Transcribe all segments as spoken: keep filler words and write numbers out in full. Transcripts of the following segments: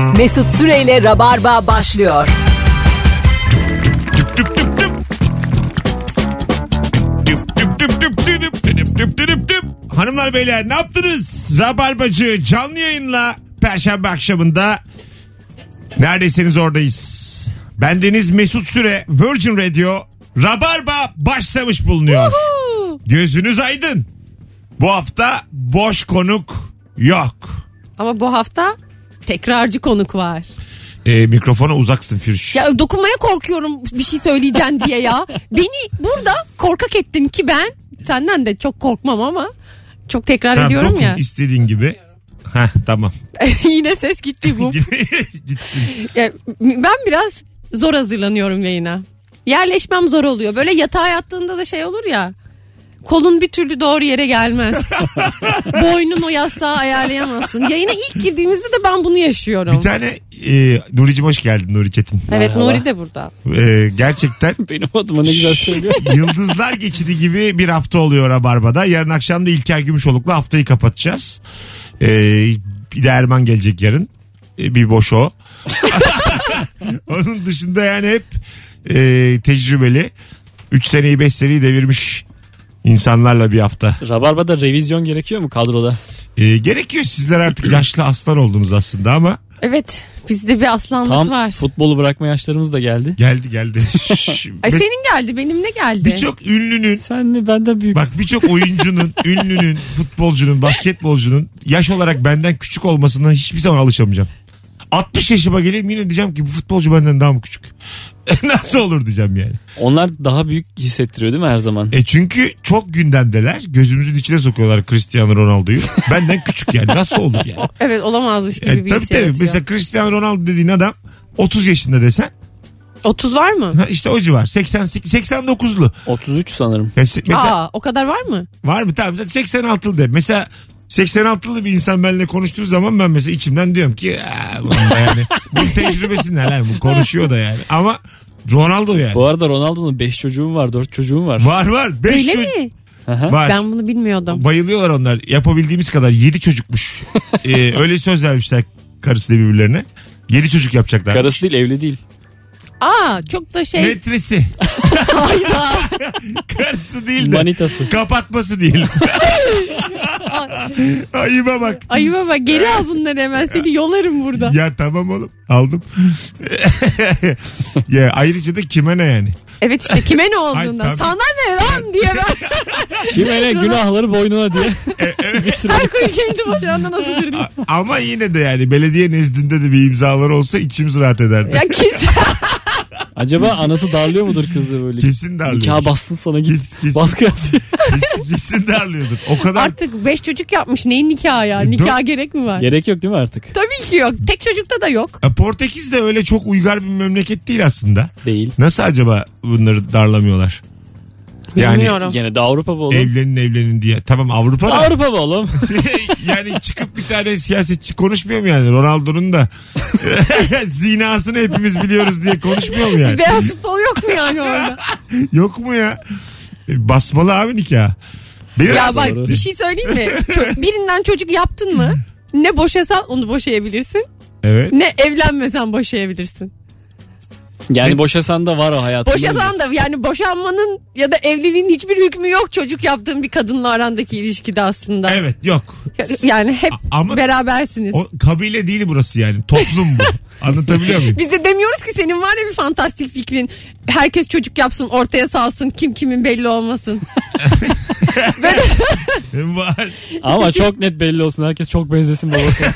Mesut Süreyle Rabarba başlıyor. Tüp tüp tüp tüp. Tüp tüp tüp tüp tüp tüp tüp tüp tüp. Hanımlar beyler ne yaptınız? Rabarbacı canlı yayınla Perşembe akşamında neredeyseniz oradayız. Bendeniz Mesut Süre, Virgin Radio, Rabarba başlamış bulunuyor. Uhu. Gözünüz aydın. Bu hafta boş konuk yok. Ama bu hafta tekrarcı konuk var. E, mikrofona uzaksın Firuş. Ya dokunmaya korkuyorum bir şey söyleyeceksin diye ya. Beni burada korkak ettin ki ben senden de çok korkmam ama çok tekrar Tamam, ediyorum dokun ya. istediğin gibi. Heh, tamam. Yine ses gitti bu. Gitsin. Ya, ben biraz zor hazırlanıyorum yayına. Yerleşmem zor oluyor. Böyle yatağa yattığında da şey olur ya. Kolun bir türlü doğru yere gelmez. Boynun o yastığı ayarlayamazsın. Yayına ilk girdiğimizde de ben bunu yaşıyorum. Bir tane e, Nuri'cim hoş geldin Nuri Çetin. Evet, Merhaba. Nuri de burada. E, gerçekten Benim adıma ne güzel söylüyor. Yıldızlar geçidi gibi bir hafta oluyor Rabarba'da. Yarın akşam da İlker Gümüşoluk'la haftayı kapatacağız. E, bir de Erman gelecek yarın. E, bir boş o. Onun dışında yani hep e, tecrübeli. üç seneyi beş seneyi devirmiş insanlarla bir hafta. Rabarba'da revizyon gerekiyor mu kadroda? E, gerekiyor, sizler artık yaşlı aslan oldunuz aslında ama. Evet, bizde bir aslanlık Tam var. futbolu bırakma yaşlarımız da geldi. Geldi geldi. Şş, Ay, be- senin geldi, benim ne geldi? Birçok ünlünün, Sen de benden büyüksün. bak birçok oyuncunun, ünlünün, futbolcunun, basketbolcunun yaş olarak benden küçük olmasına hiçbir zaman alışamayacağım. altmış yaşıma geleyim yine diyeceğim ki bu futbolcu benden daha mı küçük? Nasıl olur diyeceğim yani. Onlar daha büyük hissettiriyor değil mi her zaman? E çünkü çok gündemdeler. Gözümüzün içine sokuyorlar Cristiano Ronaldo'yu. Benden küçük yani. Nasıl olur yani? Evet, olamazmış gibi Yani bir tabii his tabii. yaratıyor. Mesela Cristiano Ronaldo dediğin adam otuz yaşında desen. otuz var mı? Ha işte o civar. seksen sekiz, seksen dokuzlu. otuz üç sanırım. Mesela Aa, o kadar var mı? var mı? Tamam, seksen altılı de. Mesela seksen altılı bir insan benimle konuştuğu zaman ben mesela içimden diyorum ki bunda yani bunun tecrübesi ne lan, bu konuşuyor da yani. Ama Ronaldo yani. Bu arada Ronaldo'nun beş çocuğum var, dört çocuğum var. Var var. beş Öyle çocuk mi? Aha. var. Ben bunu bilmiyordum. Bayılıyorlar onlar. Yapabildiğimiz kadar yedi çocukmuş. ee, öyle söz vermişler karısıyla birbirlerine. Yedi çocuk yapacaklar. Karısı değil, evli değil. Aa, çok da şey. Metresi. Hayda. Karısı değil de. Manitası. Kapatması değil. Ayıba bak. Ayıma bak, geri al bunları hemen, seni yolarım burada. Ya tamam oğlum, aldım. Ya ayrıca da kime ne yani? Evet işte kime ne Ay, olduğundan. tabii. Sana ne lan diye ben. Kime ne günahları boynuna diye. Her koyu kendi bacağına nasıl durdun? A- Ama yine de yani belediye nezdinde de bir imzalar olsa içimiz rahat ederdi. Ya kesin. Acaba anası darlıyor mudur kızı böyle? Kesin darlıyor. Nikah bassın sana, git. Kes- kesin. Baskı yapsın. Kesin darlıyordur. O kadar. Artık beş çocuk yapmış, neyin nikahı ya? Nikaha gerek mi var? Gerek yok değil mi artık? Tabii ki yok. Tek çocukta da yok. Ya Portekiz de öyle çok uygar bir memleket değil aslında. Değil. Nasıl acaba bunları darlamıyorlar? Yani Bilmiyorum. Gene de Avrupa bu oğlum. evlenin evlenin diye. Tamam Avrupa'da. Avrupa bu oğlum. Yani çıkıp bir tane siyasetçi konuşmuyor mu yani? Ronaldo'nun da zinasını hepimiz biliyoruz diye konuşmuyor mu yani? Beyaz futbol yok mu yani orada? Yok mu ya? E, Basmalı abi nikah. Biraz Ya bak, Doğru. bir şey söyleyeyim mi? Ço- birinden çocuk yaptın mı? Ne boşasan onu boşayabilirsin. Evet. Ne evlenmesen boşayabilirsin. Yani Ne? boşasan da var o hayatında. Boşasan da yani boşanmanın ya da evliliğin hiçbir hükmü yok çocuk yaptığın bir kadınla arandaki ilişkide aslında. Evet yok. Yani hep A- ama- berabersiniz. O kabile değil burası yani. Toplum bu. Anlatabiliyor muyum? Biz de demiyoruz ki senin var ya bir fantastik fikrin. Herkes çocuk yapsın, ortaya salsın, kim kimin belli olmasın. Böyle Var. Ama çok net belli olsun. Herkes çok benzesin babasına.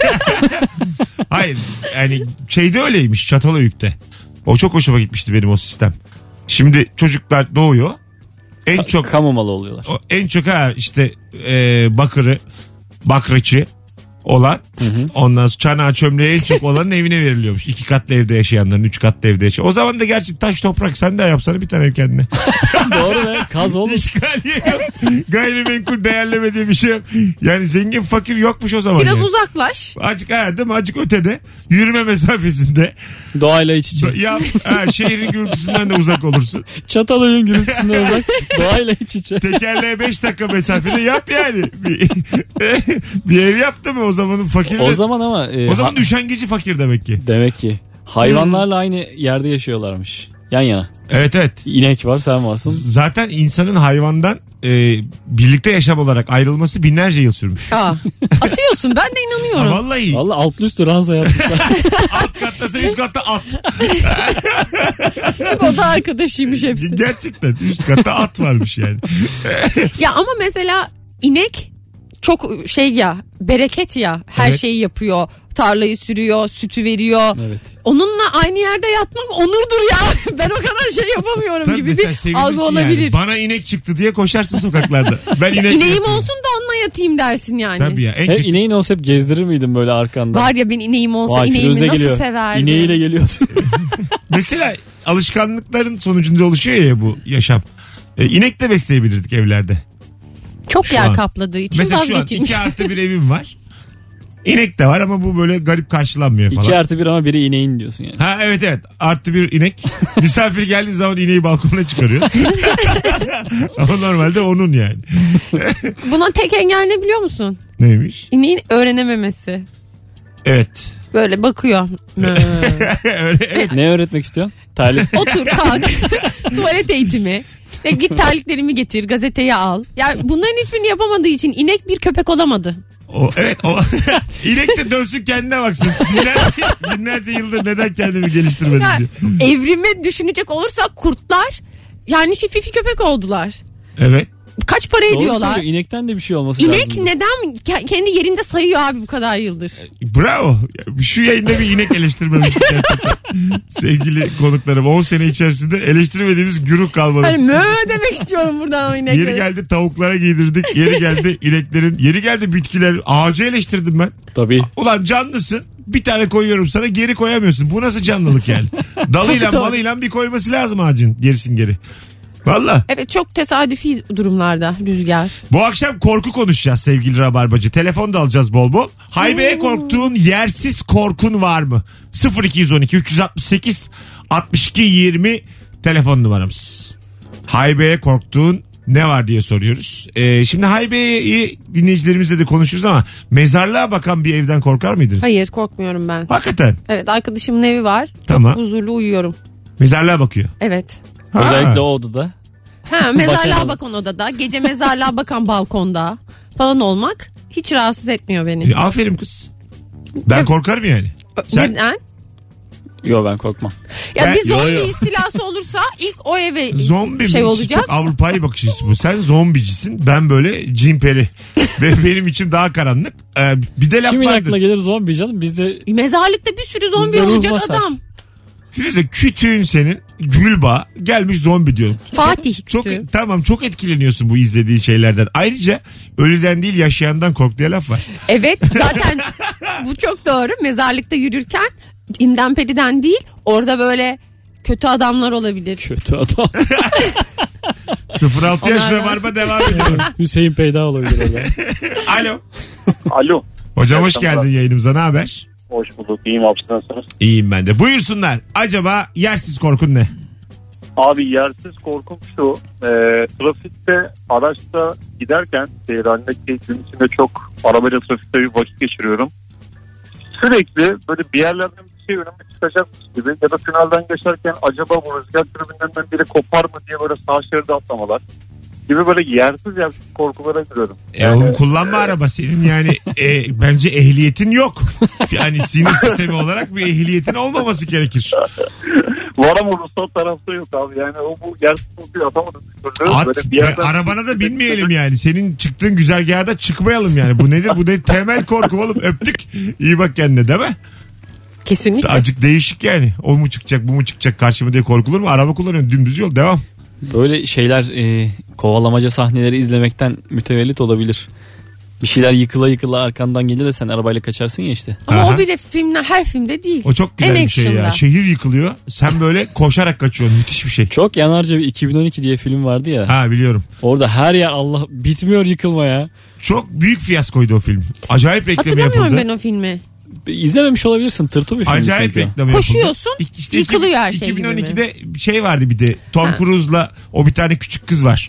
Hayır yani şeyde öyleymiş, Çatalhöyük'te. O çok hoşuma gitmişti benim o sistem. Şimdi çocuklar doğuyor. En çok Kamu malı oluyorlar. o, en çok ha işte e, bakırı, bakrıçı olan, ondan sonra çanağı çömleği en çok olanın evine veriliyormuş. İki katlı evde yaşayanların, üç katlı evde yaşayan. O zaman da gerçi taş toprak, sen de yapsana bir tane ev kendine. Doğru be. Kaz oğlum. İşgaliye yok. Gayrimenkul değerleme diye bir şey yok. Yani zengin fakir yokmuş o zaman. biraz yani. uzaklaş. Acık ha değil mi? Acık ötede. Yürüme mesafesinde. Doğayla iç içe. Ya ha, şehrin gürültüsünden de uzak olursun. Çatalhöyük'ün gürültüsünden uzak. Doğayla iç içe. Tekerleğe beş dakika mesafede yap yani. Bir, bir ev yaptı mı o zamanın fakiri. O de- zaman ama e, o zaman ha- üşengeci fakir demek ki. demek ki hayvanlarla aynı yerde yaşıyorlarmış. Yan yana. Evet evet. İnek var, sen varsın. Zaten insanın hayvandan e, birlikte yaşam olarak ayrılması binlerce yıl sürmüş. Aa, atıyorsun, ben de Ha, inanıyorum. vallahi Vallahi altlı üstü ranza yapmışlar. alt katta sen üst katta at. O da arkadaşıymış hepsi. Gerçekten üst katta at varmış yani. Ya ama mesela inek çok şey ya, bereket ya, her Evet. şeyi yapıyor, tarlayı sürüyor, sütü veriyor. Evet. Onunla aynı yerde yatmak onurdur ya. Ben o kadar şey yapamıyorum Tabii gibi mesela bir sevinirsin algı yani. olabilir. Bana inek çıktı diye koşarsın sokaklarda. Ben inek İneğim yapıyorum. olsun da onunla yatayım dersin yani. Tabii ya. En Hep kötü- ineğin olsa hep gezdirir miydin böyle arkandan? Var ya, ben ineğim olsa Vay, ineğimi Firuze nasıl geliyor. severdim. İneğiyle geliyorsun. Mesela alışkanlıkların sonucunda oluşuyor ya bu yaşam. E, inek de besleyebilirdik evlerde. Çok Şu yer an. kapladığı için Mesela şu an vazgeçilmiş. iki artı bir evim var. İnek de var ama bu böyle garip karşılanmıyor falan. İki artı bir ama biri ineğin diyorsun yani. Ha evet evet, artı bir inek. Misafir geldiği zaman ineği balkona çıkarıyor. Ama normalde onun yani. Buna tek engel ne biliyor musun? Neymiş? İneğin öğrenememesi. Evet. Böyle bakıyor. Öyle, evet. Ne öğretmek istiyorsun? Terlik. Otur, kalk. Tuvalet eğitimi. İşte git terliklerimi getir, gazeteyi al. Yani bunların hiçbirini yapamadığı için inek bir köpek olamadı. O, evet o. İnek de dönsün kendine baksın. Binlerce, binlerce yıldır neden kendimi geliştirmedim Yani diye. evrimi düşünecek olursak kurtlar yani şififi köpek oldular. Evet. Kaç para Doğru ediyorlar? söylüyor. İnekten de bir şey olması İnek lazım. neden ke- kendi yerinde sayıyor abi bu kadar yıldır? Bravo. Şu yayında bir inek eleştirmemiştik gerçekten. Sevgili konuklarım, on sene içerisinde eleştirmediğimiz güruh kalmadı. Hani mö demek istiyorum buradan o Yeri ineklere. geldi tavuklara giydirdik. Yeri geldi ineklerin. Yeri geldi bitkiler. Ağacı eleştirdim ben. Tabii. Ulan canlısın. Bir tane koyuyorum sana, geri koyamıyorsun. Bu nasıl canlılık yani? Dalıyla Çok doğru. malıyla bir koyması lazım ağacın. Gerisin geri. Valla. Evet, çok tesadüfi durumlarda rüzgar. Bu akşam korku konuşacağız sevgili Rabarbacı. Telefon da alacağız bol bol. Haybeye korktuğun yersiz korkun var mı? sıfır iki on iki üç altı sekiz altmış iki yirmi telefon numaramız. Haybeye korktuğun ne var diye soruyoruz. Ee, şimdi Haybe'yi dinleyicilerimizle de konuşuruz ama mezarlığa bakan bir evden korkar mıydınız? Hayır, korkmuyorum ben. Hakikaten. Evet, arkadaşımın evi var. Tamam. Çok huzurlu uyuyorum. Mezarlığa bakıyor. Evet. Ha. Özellikle o odada. Ha, mezarlığa Bakan- bakan odada, gece mezarlığa bakan balkonda falan olmak hiç rahatsız etmiyor beni. E, aferin kız. Ben Evet. korkarım yani. Sen- Neden? Yo, ben korkmam. Ya Ben- bir zombi Yo, yo. istilası olursa ilk o eve Zombi şey mi? olacak. Çok Avrupa'yı bakış açısı bu. Sen zombicisin. Ben böyle cimperi. Ve benim içim daha karanlık. Ee, bir de laf Kimin vardır. aklına gelir zombi canım? Bizde Mezarlıkta bir sürü zombi Bizde ruh olacak basar. adam. Firuze, kütüğün senin Gülba gelmiş zombi diyor. Fatih Çok, kütüğü. çok tamam, çok etkileniyorsun bu izlediğin şeylerden. Ayrıca ölüden değil yaşayandan kork diye laf var. Evet, zaten bu çok doğru. Mezarlıkta yürürken inden periden değil, orada böyle kötü adamlar olabilir. kötü adam. sıfır altı yaş Onlar var. Rabarba devam ediyor. Hüseyin Peyda olabilir orada. Alo. Alo. Hocam hoş Merhaba. geldin yayınımıza, ne haber? Hoş bulduk. İyiyim abi, siz nasılsınız? İyiyim ben de. Buyursunlar. Acaba yersiz korkun ne? Abi yersiz korkum şu. E, trafikte araçta giderken şehir halindeki gün içinde çok arabayla trafikte bir vakit geçiriyorum. Sürekli böyle bir yerlerden bir şey önüme çıkacakmış gibi ya da tünelden geçerken acaba bu rüzgar tribünlerinden biri kopar mı diye böyle sağ şeride atlamalar gibi böyle yersiz yersiz korkulara giriyorum. E oğlum, kullanma araba senin yani e, bence ehliyetin yok. Yani sinir sistemi olarak bir ehliyetin olmaması gerekir. Var ama ruhsal tarafta yok abi. Yani o bu yersiz korkuyu atamadım. bir türlü. At, Böyle bir yerden- arabana da binmeyelim yani. Senin çıktığın güzergaha da çıkmayalım yani. Bu nedir? Bu ne temel korku oğlum. Öptük. İyi bak kendine, değil mi? Kesinlikle. Acık değişik yani. O mu çıkacak, bu mu çıkacak karşıma diye korkulur mu? Araba kullanıyorsun, dümdüz yol, devam. Böyle şeyler e, kovalamaca sahneleri izlemekten mütevellit olabilir. Bir şeyler yıkıla yıkıla arkandan gelir de sen arabayla kaçarsın ya işte. Ama Aha. o bile filmler, her filmde değil. O çok güzel En bir şey ya. action'da. Şehir yıkılıyor. Sen böyle koşarak kaçıyorsun. Müthiş bir şey. Çok yanarca bir iki bin on iki diye film vardı ya. Ha, biliyorum. Orada her yer Allah bitmiyor yıkılma ya. Çok büyük fiyaskoydu o film. Acayip reklamı Hatırlamıyorum yapıldı. ben o filmi. İzlememiş olabilirsin. Tırtı bir film Acayip çünkü. reklamı yapıldı. Koşuyorsun, İşte yıkılıyor iki- her şey gibi mi? iki bin on ikide bir şey vardı bir de. Tom Ha. Cruise'la o bir tane küçük kız var.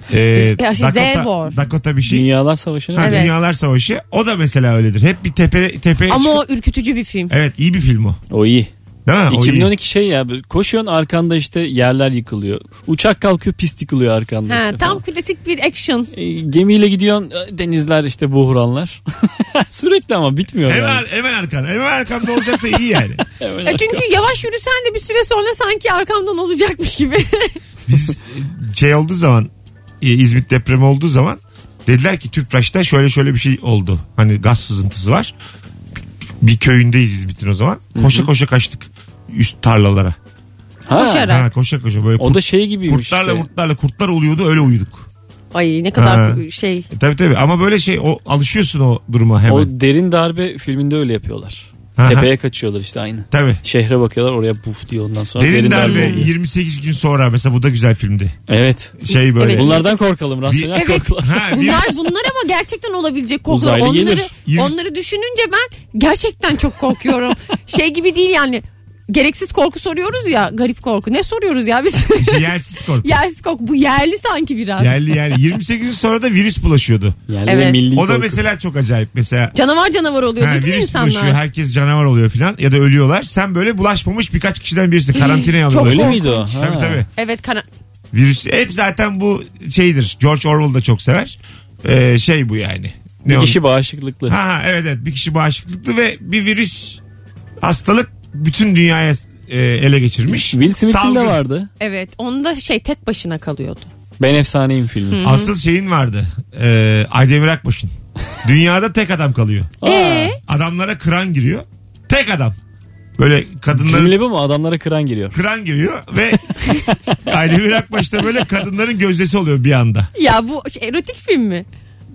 Ee, Ya şey, Dakota, Zevor. Dakota bir şey. Dünyalar Savaşı'nı. Ha, Evet. Dünyalar Savaşı. O da mesela öyledir. Hep bir tepe tepeye Ama çıkıp- o ürkütücü bir film. Evet, iyi bir film o. O iyi. Değil mi? O iki bin on iyi. iki şey ya, böyle koşuyorsun arkanda işte yerler yıkılıyor. Uçak kalkıyor, pist yıkılıyor arkanda. Ha, işte tam falan. klasik bir action. E, gemiyle gidiyorsun, denizler işte buhranlar. Sürekli ama bitmiyor Hemen, yani. hemen arkanda. Hemen arkanda olacaksa iyi yani. Hemen E çünkü yavaş yürüsen de bir süre sonra sanki arkamdan olacakmış gibi. Biz şey olduğu zaman e, İzmit depremi olduğu zaman dediler ki Tüpraş'ta şöyle şöyle bir şey oldu. Hani gaz sızıntısı var. Bir köyündeyiz İzmit'in o zaman. Koşa Hı-hı. koşa kaçtık üst tarlalara. Ha, Koşarak. Ha, koşa koşa böyle o kurt, da şey gibiymiş kurtlarla işte. kurtlarla kurtlar oluyordu, öyle uyuduk. Ay ne kadar Ha. şey. E, tabii tabii ama böyle şey o alışıyorsun o duruma hemen. O Derin Darbe filminde öyle yapıyorlar. Aha. Tepeye kaçıyorlar işte aynı. Tabii. Şehre bakıyorlar, oraya buf diyor, ondan sonra Derin, darbe oluyor. yirmi sekiz gün sonra mesela, bu da güzel filmdi. Evet. Şey böyle. Evet. Bunlardan korkalım, rasyonel Evet. korkular. Ha, Bunlar virüs- bunlar ama gerçekten olabilecek korkular. Uzaylı Onları gelir. Yirmi- onları düşününce ben gerçekten çok korkuyorum. Şey gibi değil yani. Gereksiz korku soruyoruz ya, garip korku. Ne soruyoruz ya biz? İşte yersiz korku. Yersiz korku. Bu yerli sanki biraz. Yerli yerli. yirmi sekiz gün sonra da virüs bulaşıyordu. Yani Evet. milli O da korku. mesela çok acayip. Mesela Canavar canavar oluyor ha, değil mi virüs insanlar? bulaşıyor. Herkes canavar oluyor falan ya da ölüyorlar. Sen böyle bulaşmamış birkaç kişiden birisin. Karantinaya Çok alıyorlar. Öyle miydi o? korkunç. Ha. Tabii tabii. Evet kana- Virüs hep zaten bu şeydir. George Orwell da çok sever. Ee, şey bu yani. Ne Bir onun- kişi bağışıklıklı. Ha, ha evet evet, bir kişi bağışıklıklı ve bir virüs hastalık bütün dünyaya e, ele geçirmiş. Will Smith'in Salgın. de vardı. evet onda şey tek başına kalıyordu. Ben Efsaneyim filmi. Asıl şeyin vardı. E, Aydemir Akbaş'ın. Dünyada tek adam kalıyor. Aa, Ee? Adamlara kıran giriyor. Tek adam. Böyle kadınların Cümle bu mu? Adamlara kıran giriyor. kıran giriyor ve Aydemir Akbaş'ta böyle kadınların gözdesi oluyor bir anda. Ya bu şey, erotik film mi?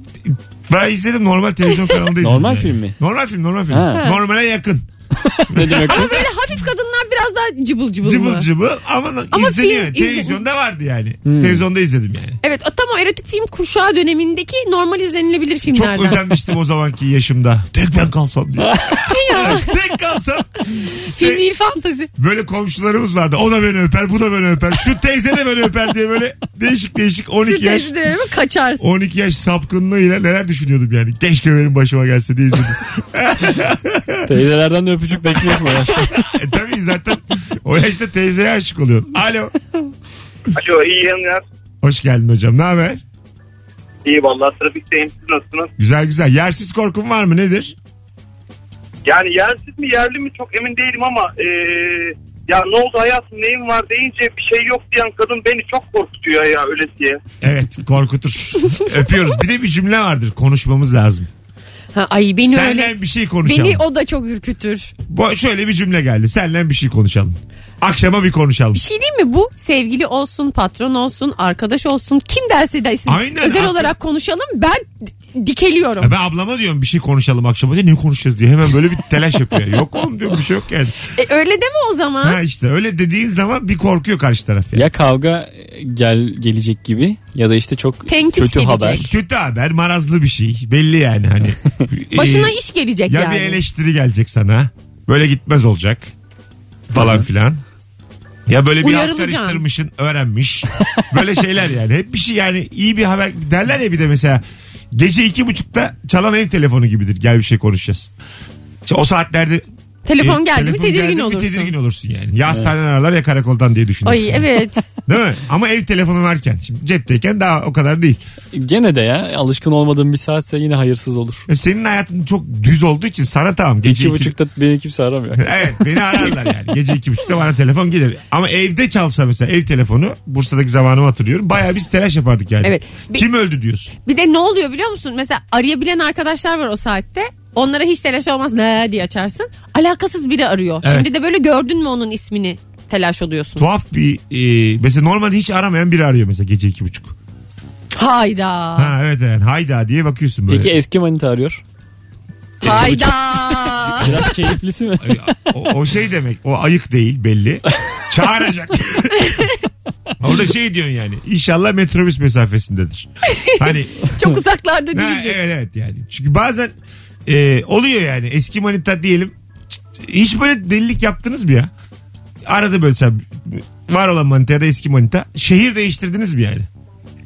Ben izledim, normal televizyon kanalında izledim. Normal yani. film mi? Normal film, normal film. Ha. Normale yakın. Ne demek bu? Böyle hafif kadınlar biraz daha cıbıl cıbıl, Cıbıl mı? cıbıl ama, Ama izleniyor. film- Televizyonda vardı yani. Hmm. Televizyonda izledim yani. Evet o tam o erotik film kuşağı dönemindeki normal izlenilebilir Çok filmlerden. özenmiştim o zamanki yaşımda. Tek ben kalsam diye. Tek kalsam. Film İşte değil fantazi. böyle komşularımız vardı. O da beni öper, bu da beni öper. Şu teyze de beni öper diye böyle değişik değişik on iki Şu yaş. teyzelerime kaçarsın. on iki yaş sapkınlığıyla neler düşünüyordum yani. Keşke benim başıma gelse diye izledim. Teyzelerden de öpücük bekliyorsun o yaşta. e, tabii zaten o yaşta teyzeye aşık oluyor. Alo. Alo, iyi yayınlar. Hoş geldin hocam. Ne haber? İyi vallahi, trafikteyim. Siz nasılsınız? Güzel güzel. Yersiz korkun var mı? Nedir? Yani yersiz mi yerli mi çok emin değilim ama eee, ya ne oldu hayatım, neyin var deyince bir şey yok diyen kadın beni çok korkutuyor ya, öyle diye. Evet, korkutur. Öpüyoruz. Bir de bir cümle vardır. Konuşmamız lazım. Ha, ay beni Seninle öyle. bir şey konuşalım. Beni o da çok ürkütür. Bu, şöyle bir cümle geldi. Seninle bir şey konuşalım. Akşama bir konuşalım. Bir şey değil mi bu? Sevgili olsun, patron olsun, arkadaş olsun, kim derse desin. Aynen, Özel haklı. olarak konuşalım. Ben d- dikeliyorum. Ya ben ablama diyorum bir şey konuşalım akşama diye, ne konuşacağız diye hemen böyle bir telaş yapıyor. Yok oğlum diyorum, bir şey yok yani. E, öyle deme o zaman. Ha işte öyle dediğin zaman bir korkuyor karşı taraf yani. Ya kavga gel gelecek gibi ya da işte çok Tenkit kötü gelecek. haber. Kötü haber, marazlı bir şey. Belli yani hani. Başına Ee, iş gelecek ya yani. bir eleştiri gelecek sana. Böyle gitmez olacak. Falan filan. Ya böyle bir alt Uyarılacaksın. karıştırmışın, öğrenmiş. Böyle şeyler yani. Hep bir şey yani, iyi bir haber derler ya bir de mesela. Gece iki buçukta çalan ev telefonu gibidir. Gel bir şey konuşacağız. İşte o saatlerde Telefon e, geldi mi telefon tedirgin geldi mi olursun. tedirgin olursun yani. Ya hastaneden ararlar ya karakoldan diye düşünürsün. Ay evet. Değil mi? Ama ev telefonu varken. Şimdi cepteyken daha o kadar değil. Gene de ya alışkın olmadığım bir saatse yine hayırsız olur. E senin hayatın çok düz olduğu için sana tamam. Gece İki iki, buçukta beni kimse aramıyor. Evet, beni ararlar yani. Gece iki buçukta bana telefon gelir. Ama evde çalsa mesela ev telefonu, Bursa'daki zamanımı hatırlıyorum. Bayağı biz telaş yapardık yani. Evet. Bir- Kim öldü diyorsun. Bir de ne oluyor biliyor musun? Mesela arayabilen arkadaşlar var o saatte. Onlara hiç telaş olmaz ne diye açarsın. Alakasız biri arıyor. Evet. Şimdi de böyle gördün mü onun ismini, telaş oluyorsun. Tuhaf bir e, mesela normalde hiç aramayan biri arıyor mesela gece iki buçuk. Hayda. Ha evet evet, hayda diye bakıyorsun böyle. Peki eski manita arıyor. Hayda. Biraz keyiflisi mi? o, o şey demek, o ayık değil belli. Çağıracak. Orada şey diyorsun yani, İnşallah metrobüs mesafesindedir. Hani Çok uzaklarda ha, değil. evet evet yani. Çünkü bazen e, oluyor yani, eski manita diyelim. Hiç böyle delilik yaptınız mı ya? Arada böyle sen var olan manita ya da eski manita, şehir değiştirdiniz mi yani?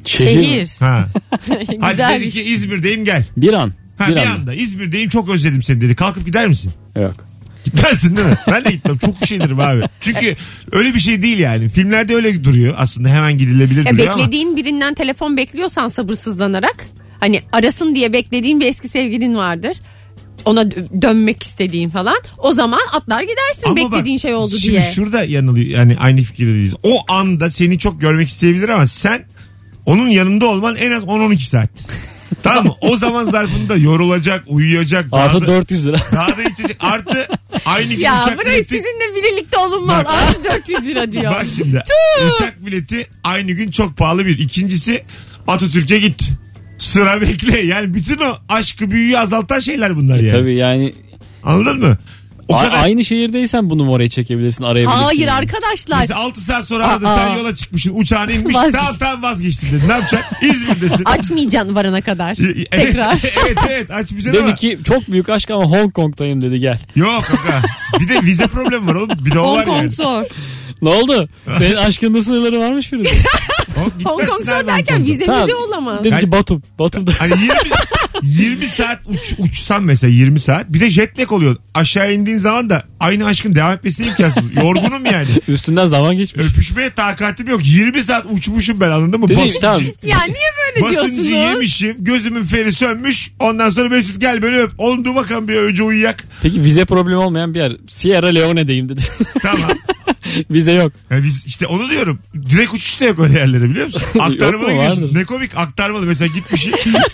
Şehir. Ha. Hadi Güzel dedi bir ki İzmir'deyim gel. Bir an. Ha, bir bir anda. anda İzmir'deyim çok özledim seni dedi. Kalkıp gider misin? Yok. Gitmezsin değil mi? Ben de gitmem. Çok üşenirim abi. Çünkü öyle bir şey değil yani. Filmlerde öyle duruyor. Aslında hemen gidilebilir Ya duruyor ama. beklediğin birinden telefon bekliyorsan sabırsızlanarak, hani arasın diye beklediğin bir eski sevgilin vardır. Ona dö- dönmek istediğin falan. O zaman atlar gidersin Ama beklediğin bak, şey oldu şimdi diye. şurada yanılıyor. Yani aynı fikirdeyiz. O anda seni çok görmek isteyebilir ama sen onun yanında olman en az on on iki saat. Tamam mı? O zaman zarfında yorulacak, uyuyacak. Daha Artı da, dört yüz lira. daha da içecek. Artı aynı gün Ya uçak bırak, bileti. sizinle birlikte olunmaz. Bak. Artı dört yüz lira diyor. Bak şimdi. Uçak bileti aynı gün çok pahalı bir. İkincisi Atatürk'e git. Sıra bekle. Yani bütün o aşkı büyüyü azaltan şeyler bunlar yani. Tabii yani Anladın mı? O a- kadar. aynı şehirdeysen bu numarayı çekebilirsin, arayabilirsin. Hayır yani. arkadaşlar. Mesela altı saat sonra aradı, Aa. sen yola çıkmışsın. Uçağın inmiş. Vazgeç. Tamam tamam vazgeçtim dedi. Ne yapacak? İzmir'desin. Açmayacaksın varana kadar. Evet, Tekrar. evet evet açmayacaksın ama. Dedi ki çok büyük aşk ama Hong Kong'tayım dedi, gel. Yok kaka. Bir de vize problemi var oğlum. Bir de o Hong var Kong yani. zor. Ne oldu? Senin aşkında sınırları varmış Firuze. O, Hong gitmezsin Kong abi zor Hong derken Kong'a. vize Tamam. vize olamaz. Dedi Yani- ki Batum. Batum'da. Hani yirmi, yirmi saat uç, uçsam mesela yirmi saat. Bir de jet lag oluyor. Aşağı indiğin zaman da aynı aşkın devam etmesi imkansız. Yorgunum yani. Üstünden zaman geçmiş. Öpüşmeye takatim yok. yirmi saat uçmuşum ben, anladın mı? Dedi, Basıncı, tamam. Ya niye böyle basıncı diyorsunuz? yemişim. Gözümün feri sönmüş. Ondan sonra Mesut gel beni öp. Oğlum dur bakalım bir önce uyuyak. Peki vize problemi olmayan bir yer. Sierra Leone'deyim dedi. Tamam. Vize yok. Ya biz işte onu diyorum. Direkt uçuş da yok öyle yerlere, biliyor musun? Aktarmalı Yok mu? gidiyorsun. Vardır. Ne komik aktarmalı. Mesela gitmişsin.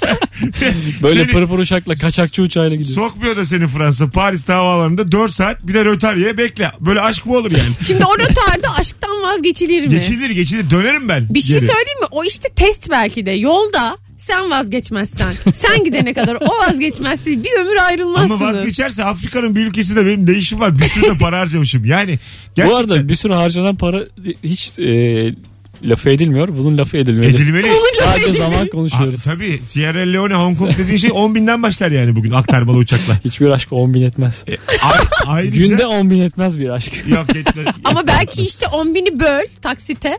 Böyle Seni pır pır uçakla, kaçakçı uçağıyla gidiyorsun. sokmuyor da seni Fransa. Paris havaalanında dört saat bir de rötarye bekle. Böyle aşk mı olur yani? Şimdi o rötarda aşktan vazgeçilir mi? Geçilir geçilir. Dönerim ben. Bir şey geri. söyleyeyim mi? O işte test belki de. Yolda sen vazgeçmezsen, sen gidene kadar o vazgeçmezse bir ömür ayrılmazsınız. Ama vazgeçerse Afrika'nın bir ülkesinde benim ne işim var? Bir sürü de para harcamışım. Yani gerçekten Bu arada bir sürü harcanan para hiç e, lafı edilmiyor. Bunun lafı edilmeli. edilmeli. Sadece zaman Aa, konuşuyoruz. tabii Sierra Leone, Hong Kong dediğin şey on binden başlar yani bugün aktarmalı uçakla. Hiçbir aşk on bin etmez. E, a- ayrıca... Günde on bin etmez bir aşk. Yok etmez. Ama belki işte on bini böl taksite.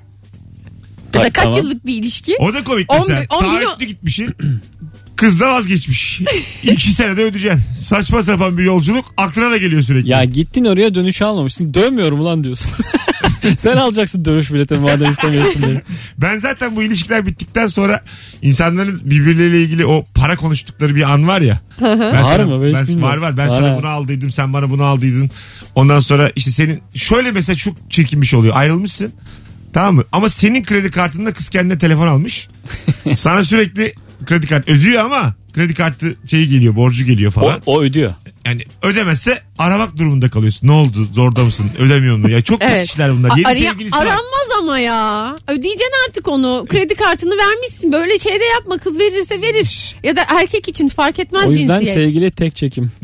Mesela Bak, kaç tamam. yıllık bir ilişki? O da komik On mesela. bin- on bin- Taahhütlü gitmişsin. Kız da vazgeçmiş. İki senede ödeyeceksin. Saçma sapan bir yolculuk. Aklına da geliyor sürekli. Ya gittin oraya, dönüşü almamışsın. Dönmüyorum ulan diyorsun. Sen alacaksın dönüş biletini madem istemiyorsun beni. Ben zaten bu ilişkiler bittikten sonra insanların birbirleriyle ilgili o para konuştukları bir an var ya. Ben Var sana- mı? Ben hiç Ben, bilmiyorum. var var. Ben Var sana ha. bunu aldıydım. Sen bana bunu aldıydın. Ondan sonra işte senin şöyle mesela çok çirkin bir şey oluyor. Ayrılmışsın. Tamam mı? Ama senin kredi kartında kız kendine telefon almış. Sana sürekli kredi kartı ödüyor ama kredi kartı şeyi geliyor, borcu geliyor O, falan. o ödüyor. Yani ödemezse aramak durumunda kalıyorsun. Ne oldu? Zorda mısın? Ödemiyor mu? Ya çok pis Evet. işler bunlar. A- Yeni araya- sevgilisi var. aranmaz ama ya. Ödeyeceksin artık onu. Kredi kartını vermişsin. Böyle şey de yapma. Kız verirse verir. Ya da erkek için fark etmez O yüzden cinsiyet. sevgili tek çekim.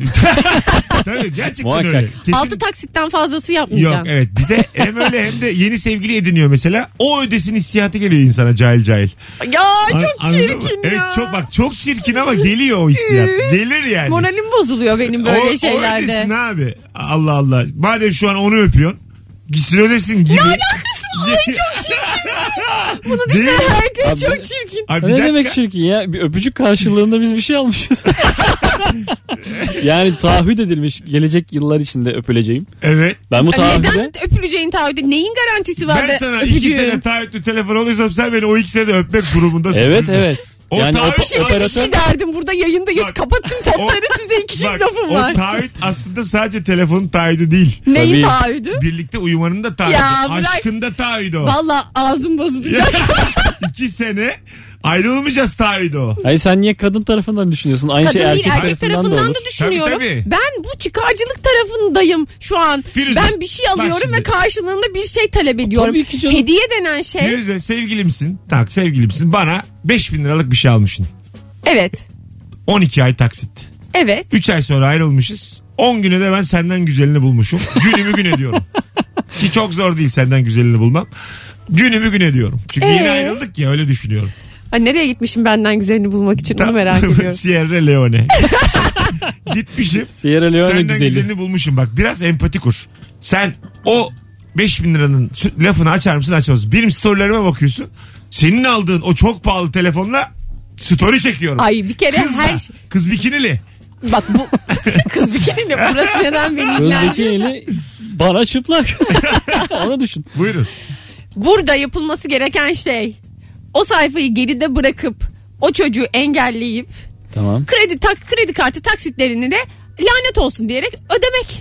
Tabii gerçekten Muhakkak. öyle. Kesin- Altı taksitten fazlası Yok yapmayacaksın. evet, bir de hem öyle hem de yeni sevgili ediniyor mesela. O ödesin hissiyatı geliyor insana cahil cahil. Ya An- çok anladın mı? çirkin Evet ya. çok bak çok çirkin ama geliyor o hissiyat. Gelir yani. Moralim bozuluyor benim böyle o, O şeylerde. ödesin abi. Allah Allah. Madem şu an onu öpüyorsun. Gitsin ödesin gibi. Ne alakası var? Ay çok çirkin. Bunu Değil düşünen mi? herkes çok çirkin. Abi bir Ne dakika. demek çirkin ya? Bir öpücük karşılığında biz bir şey almışız. Yani taahhüt edilmiş gelecek yıllar içinde öpüleceğim. Evet. Ben bu taahhüde Neden öpüleceğin taahhüde? Neyin garantisi var Ben da sana iki öpücüğün? sene taahhütlü telefon oluyorsam sen beni o iki sene öpmek durumundasın. evet evet. O Yani taahhüt- opa- Şey, bir operatör şey derdim burada yayındayız. Bak, Kapatın topları size iki çift Bak, lafım o var. taahhüt aslında sadece telefonun taahhüdü değil. Neyin Tabii. taahhüdü? Birlikte uyumanın da taahhüdü. Ya bırak. Aşkın da taahhüdü o. Valla ağzım bozulacak. İki sene ayrılmayacağız taahhüdü o. Hayır, sen niye kadın tarafından düşünüyorsun? Aynı Kadın şey değil erkek, erkek tarafından, tarafından da olur. da düşünüyorum. Tabii, tabii. Ben bu çıkarcılık tarafındayım şu an. Firuze, ben bir şey bak alıyorum şimdi. ve karşılığında bir şey talep ediyorum. Tabii ki canım. Hediye denen şey. Firuze sevgilimsin. Tak sevgilimsin. Bana beş bin liralık bir şey almışsın. Evet. on iki ay taksit. Evet. üç ay sonra ayrılmışız. on güne de ben senden güzelini bulmuşum. Günümü gün ediyorum. Ki çok zor değil senden güzelini bulmam. Günümü gün ediyorum. Çünkü Ee? yeni ayrıldık ya, öyle düşünüyorum. Ha, nereye gitmişim benden güzelini bulmak için onu merak ediyorum. Sierra Leone. Gitmişim. Sierra Leone Senden güzeli. güzelini bulmuşum. Bak biraz empati kur. Sen o beş bin liranın sü- lafını açar mısın açmaz mısın? Benim storylerime bakıyorsun. senin aldığın o çok pahalı telefonla story çekiyorum. Ay bir kere Kız da, her kız bikinili. bak bu kız bikini ne? Burası neden beni Kız ilgilendiriyor? bikini bana çıplak. Onu düşün. Buyurun. Burada yapılması gereken şey o sayfayı geride bırakıp o çocuğu engelleyip Tamam. kredi tak kredi kartı taksitlerini de lanet olsun diyerek ödemek.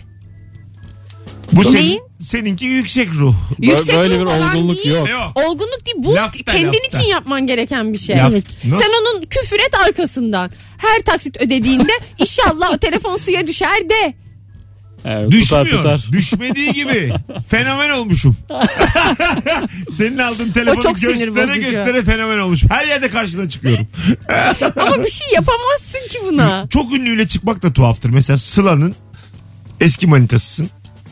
Bu senin, Neyin? seninki yüksek ruh. Yüksek Böyle ruh bir olan olgunluk değil. yok. Yok. Olgunluk değil. Bu Lafta, kendin lafta. için yapman gereken bir şey. Laf- Nasıl? Sen onun küfür et arkasından. Her taksit ödediğinde inşallah o telefon suya düşer de. Evet, Düşmüyor. tutar tutar. Düşmediği gibi. Fenomen olmuşum. Senin aldığın telefonu çok sinir göstere bozucu. göstere fenomen olmuşum. Her yerde karşına çıkıyorum. Ama bir şey yapamazsın ki buna. Çok ünlüyle çıkmak da tuhaftır. Mesela Sıla'nın eski manitasısın.